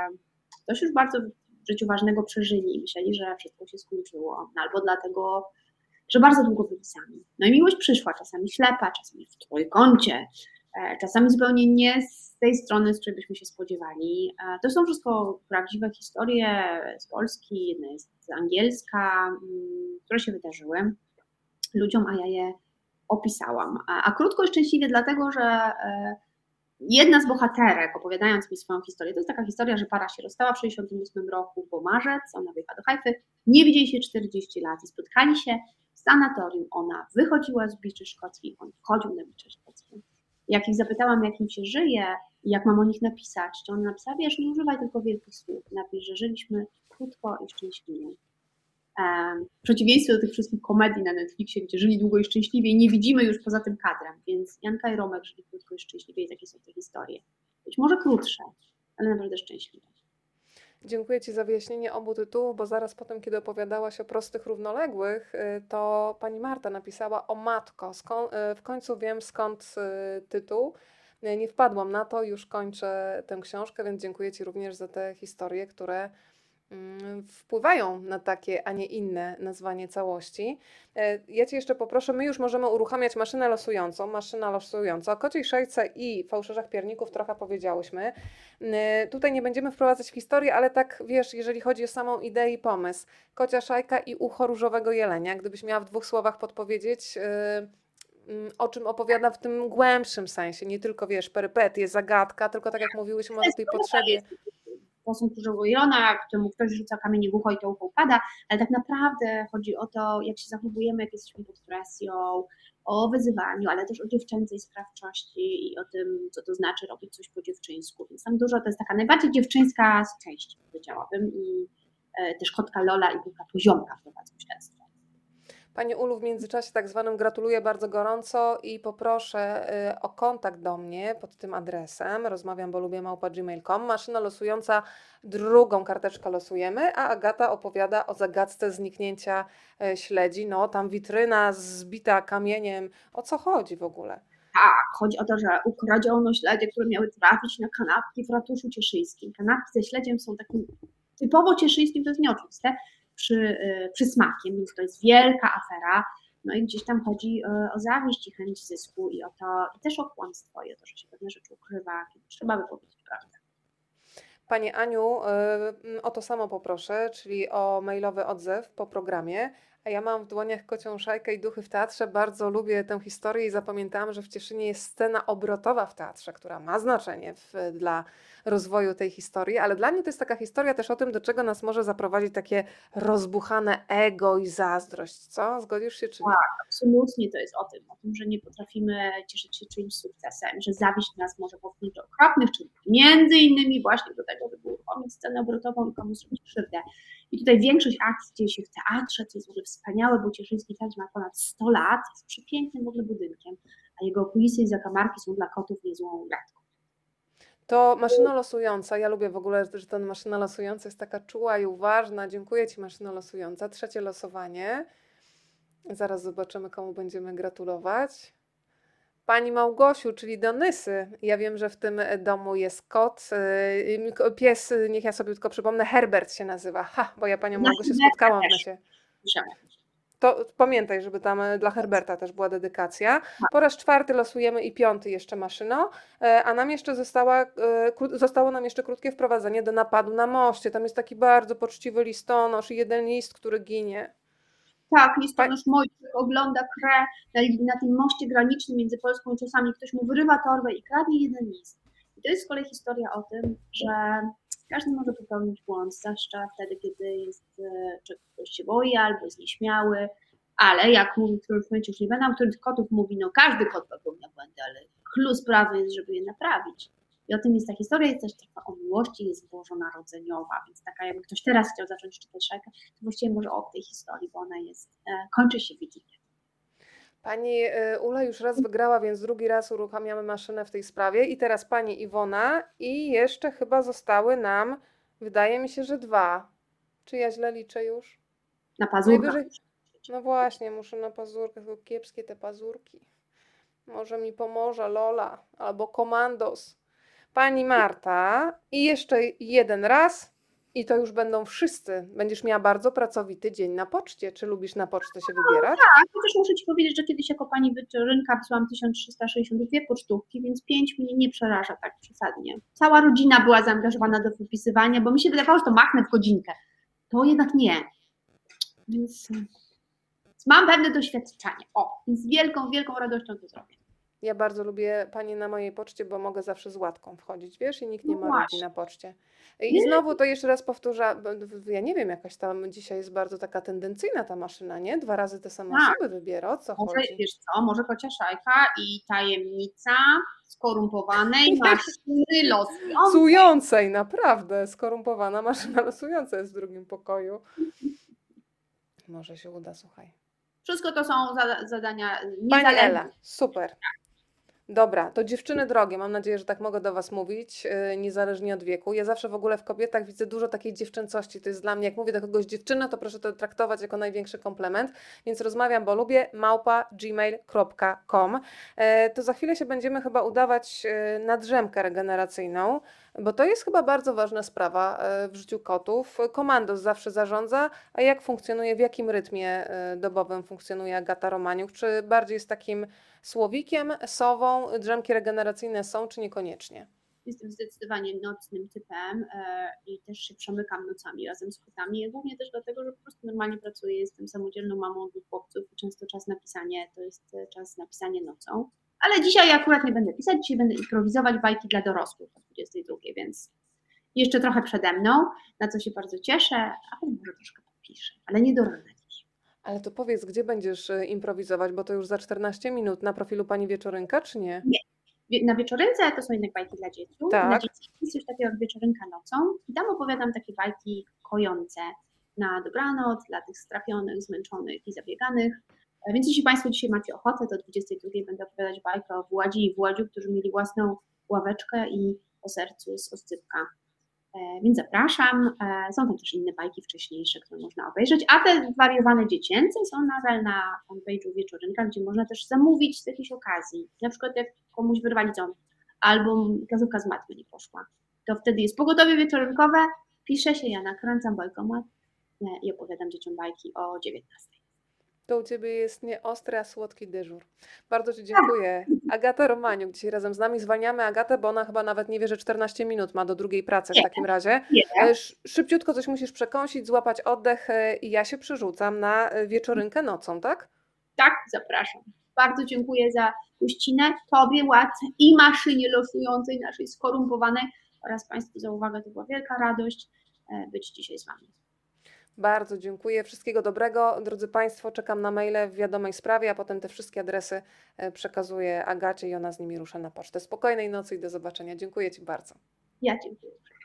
coś już bardzo w życiu ważnego przeżyli i myśleli, że wszystko się skończyło. No, albo dlatego, że bardzo długo byli sami. No i miłość przyszła, czasami ślepa, czasami w trójkącie, czasami zupełnie nie z tej strony, z której byśmy się spodziewali. To są wszystko prawdziwe historie z Polski, jedna jest angielska, które się wydarzyły ludziom, a ja je opisałam. A, a krótko i szczęśliwie dlatego, że jedna z bohaterek, opowiadając mi swoją historię, to jest taka historia, że para się rozstała w sześćdziesiątym ósmym roku, bo marzec, ona wyjechała do Hajfy, nie widzieli się czterdzieści lat i spotkali się w sanatorium. Ona wychodziła z Biczy Szkockiej, on wchodził na Bicze Szkockie. Jak ich zapytałam, jak im się żyje i jak mam o nich napisać, to ona napisała, wiesz, nie używaj tylko wielkich słów, napisz, że żyliśmy krótko i szczęśliwie. W przeciwieństwie do tych wszystkich komedii na Netflixie, gdzie żyli długo i szczęśliwie i nie widzimy już poza tym kadrem, więc Janka i Romek żyli krótko i szczęśliwie i takie są te historie. Być może krótsze, ale naprawdę szczęśliwe.
Dziękuję Ci za wyjaśnienie obu tytułów, bo zaraz potem, kiedy opowiadałaś o prostych równoległych, to pani Marta napisała o matko. Skąd, w końcu wiem, skąd tytuł. Nie wpadłam na to, już kończę tę książkę, więc dziękuję Ci również za te historie, które wpływają na takie, a nie inne nazwanie całości. Ja Cię jeszcze poproszę, my już możemy uruchamiać maszynę losującą, maszyna losująca. O kociej szejce i fałszerzach pierników trochę powiedziałyśmy. Tutaj nie będziemy wprowadzać w historię, ale tak wiesz, jeżeli chodzi o samą ideę i pomysł. Kocia szajka i ucho różowego jelenia. Gdybyś miała w dwóch słowach podpowiedzieć, o czym opowiada w tym głębszym sensie, nie tylko wiesz, perypetie, zagadka, tylko tak jak mówiłyśmy o tej potrzebie.
Posąg różowego jelona, któremu ktoś rzuca kamienie w ucho i to ucho upada, ale tak naprawdę chodzi o to, jak się zachowujemy, jak jesteśmy pod presją, o wyzywaniu, ale też o dziewczęcej sprawczości i o tym, co to znaczy robić coś po dziewczyńsku. Więc tam dużo, to jest taka najbardziej dziewczyńska z części, powiedziałabym, i e, też kotka Lola i buka Poziomka prowadzą śledztwo.
Pani Ulu, w międzyczasie tak zwanym gratuluję bardzo gorąco i poproszę y, o kontakt do mnie pod tym adresem. Rozmawiam, bo lubię małpa gmail kropka com. Maszyna losująca, drugą karteczkę losujemy, a Agata opowiada o zagadce zniknięcia y, śledzi. No, tam witryna zbita kamieniem. O co chodzi w ogóle?
Tak, chodzi o to, że ukradziono śledzie, które miały trafić na kanapki w ratuszu cieszyńskim. Kanapki ze śledziem są takim typowo cieszyńskim, to jest nieoczywiste, przy, przysmakiem, więc to jest wielka afera. No i gdzieś tam chodzi o zawiść i chęć zysku i o to, i też o kłamstwo i o to, że się pewne rzeczy ukrywa, kiedy trzeba by powiedzieć prawdę.
Pani Aniu, o to samo poproszę, czyli o mailowy odzew po programie. A ja mam w dłoniach Kocią szajkę i Duchy w teatrze. Bardzo lubię tę historię i zapamiętałam, że w Cieszynie jest scena obrotowa w teatrze, która ma znaczenie w, dla rozwoju tej historii, ale dla mnie to jest taka historia też o tym, do czego nas może zaprowadzić takie rozbuchane ego i zazdrość. Co? Zgodzisz się czy nie?
Tak, absolutnie to jest o tym, o tym, że nie potrafimy cieszyć się czyimś sukcesem, że zawiść nas może popchnąć do okropnych czynów, między innymi właśnie do tego, żeby uruchomić scenę obrotową i komuś zrobić krzywdę. I tutaj większość akcji dzieje się w teatrze, co jest w ogóle wspaniałe, bo Cieszyński Teatr ma ponad sto lat, jest przepięknym w ogóle budynkiem, a jego kulisy i zakamarki są dla kotów niezłą gadką.
To maszyna losująca, ja lubię w ogóle, że ten maszyna losująca jest taka czuła i uważna. Dziękuję Ci, maszyna losująca. Trzecie losowanie. Zaraz zobaczymy, komu będziemy gratulować. Pani Małgosiu, czyli Donysy. Ja wiem, że w tym domu jest kot. Pies, niech ja sobie tylko przypomnę, Herbert się nazywa. Ha, bo ja Panią Małgosię spotkałam w necie. To pamiętaj, żeby tam dla Herberta też była dedykacja. Po raz czwarty losujemy i piąty jeszcze maszyno, a nam jeszcze została, zostało nam jeszcze krótkie wprowadzenie do napadu na moście. Tam jest taki bardzo poczciwy listonosz i jeden list, który ginie.
Tak, listonosz Mojżesz ogląda krę na, na tym moście granicznym między Polską i Czechami. Ktoś mu wyrywa torbę i kradnie jeden list. I to jest z kolei historia o tym, że każdy może popełnić błąd, zwłaszcza wtedy, kiedy jest, ktoś się boi albo jest nieśmiały, ale jak mówi któryś momencie, już nie będę, których kotów mówi, no każdy kot popełnia błędy, ale klucz sprawy jest, żeby je naprawić. I o tym jest ta historia, jest też taka o miłości, jest bożonarodzeniowa, więc taka jakby ktoś teraz chciał zacząć czytać szajkę, to właściwie może o tej historii, bo ona jest, e, kończy się Wigilią.
Pani Ula już raz wygrała, więc drugi raz uruchamiamy maszynę w tej sprawie. I teraz pani Iwona i jeszcze chyba zostały nam, wydaje mi się, że dwa. Czy ja źle liczę już?
Na pazurkach.
Najwyżej... No właśnie, muszę na pazurkach, bo kiepskie te pazurki. Może mi pomoże Lola albo Komandos. Pani Marta i jeszcze jeden raz. I to już będą wszyscy. Będziesz miała bardzo pracowity dzień na poczcie. Czy lubisz na pocztę się wybierać?
Tak, chociaż muszę Ci powiedzieć, że kiedyś jako pani wieczorynka wysłałam tysiąc trzysta sześćdziesiąt dwie pocztówki, więc pięć mnie nie przeraża tak przesadnie. Cała rodzina była zaangażowana do wypisywania, bo mi się wydawało, że to machnę w godzinkę. To jednak nie. Więc mam pewne doświadczenie. O, więc z wielką, wielką radością to zrobię.
Ja bardzo lubię Panie na mojej poczcie, bo mogę zawsze z łatką wchodzić, wiesz, i nikt nie
No
marudzi
właśnie.
na poczcie. I znowu to jeszcze raz powtórzę, bo w- ja nie wiem, jakaś tam dzisiaj jest bardzo taka tendencyjna ta maszyna, nie? Dwa razy te same
Tak.
osoby wybiera, o co
Może,
chodzi?
wiesz co, może Kociaszajka i tajemnica skorumpowanej maszyny losującej.
Losującej, naprawdę, skorumpowana maszyna losująca jest w drugim pokoju. Może się uda, słuchaj.
Wszystko to są za, zadania
Pani
niezależne.
Ela, super. Dobra, to dziewczyny drogie, mam nadzieję, że tak mogę do Was mówić, yy, niezależnie od wieku. Ja zawsze w ogóle w kobietach widzę dużo takiej dziewczęcości. To jest dla mnie, jak mówię do kogoś dziewczyna, to proszę to traktować jako największy komplement. Więc rozmawiam, bo lubię, małpa gmail kropka com. E, to za chwilę się będziemy chyba udawać e, na drzemkę regeneracyjną, bo to jest chyba bardzo ważna sprawa e, w życiu kotów. Komandos zawsze zarządza, a jak funkcjonuje, w jakim rytmie e, dobowym funkcjonuje Agata Romaniuk? Czy bardziej jest takim słowikiem, sową, drzemki regeneracyjne są, czy niekoniecznie?
Jestem zdecydowanie nocnym typem e, i też się przemykam nocami razem z kotami, głównie też dlatego, że po prostu normalnie pracuję, jestem samodzielną mamą dwóch chłopców i często czas na pisanie to jest e, czas na pisanie nocą. Ale dzisiaj akurat nie będę pisać, dzisiaj będę improwizować bajki dla dorosłych o dwudziestej drugiej, więc jeszcze trochę przede mną, na co się bardzo cieszę, a potem może troszkę popiszę, ale nie do rana dziś.
Ale to powiedz, gdzie będziesz e, improwizować, bo to już za czternaście minut na profilu Pani Wieczorynka, czy nie?
Nie. Wie- Na wieczorynce to są jednak bajki dla dzieci.
Tak.
Dla dzieci jest coś takiego jak wieczorynka nocą i tam opowiadam takie bajki kojące na dobranoc dla tych strapionych, zmęczonych i zabieganych. E, Więc jeśli Państwo dzisiaj macie ochotę, to o dwudziestej drugiej będę opowiadać bajkę o Władzi i Władziu, którzy mieli własną ławeczkę i o sercu z oscypka. E, Więc zapraszam. E, Są tam też inne bajki wcześniejsze, które można obejrzeć, a te wariowane dziecięce są nadal na fanpage'u Wieczorynka, gdzie można też zamówić z jakiejś okazji. Na przykład jak komuś wyrwali ząb albo gazówka z matmy nie poszła, to wtedy jest pogotowie wieczorynkowe, pisze się, ja nakręcam bajkomat e, i opowiadam dzieciom bajki o dziewiętnastej.
To u Ciebie jest nie ostry, a słodki dyżur. Bardzo Ci dziękuję. Agata Romaniuk dzisiaj razem z nami. Zwalniamy Agatę, bo ona chyba nawet nie wie, że czternaście minut ma do drugiej pracy w
Nie.
takim razie.
Nie.
E, sz- Szybciutko coś musisz przekąsić, złapać oddech e, i ja się przerzucam na e, wieczorynkę nocą, tak?
Tak, zapraszam. Bardzo dziękuję za gościnę, Tobie, Łatce i maszynie losującej naszej skorumpowanej oraz Państwu za uwagę. To była wielka radość e, być dzisiaj z Wami.
Bardzo dziękuję. Wszystkiego dobrego. Drodzy Państwo, czekam na maile w wiadomej sprawie, a potem te wszystkie adresy e, przekazuję Agacie i ona z nimi rusza na pocztę. Spokojnej nocy i do zobaczenia. Dziękuję Ci bardzo.
Ja dziękuję.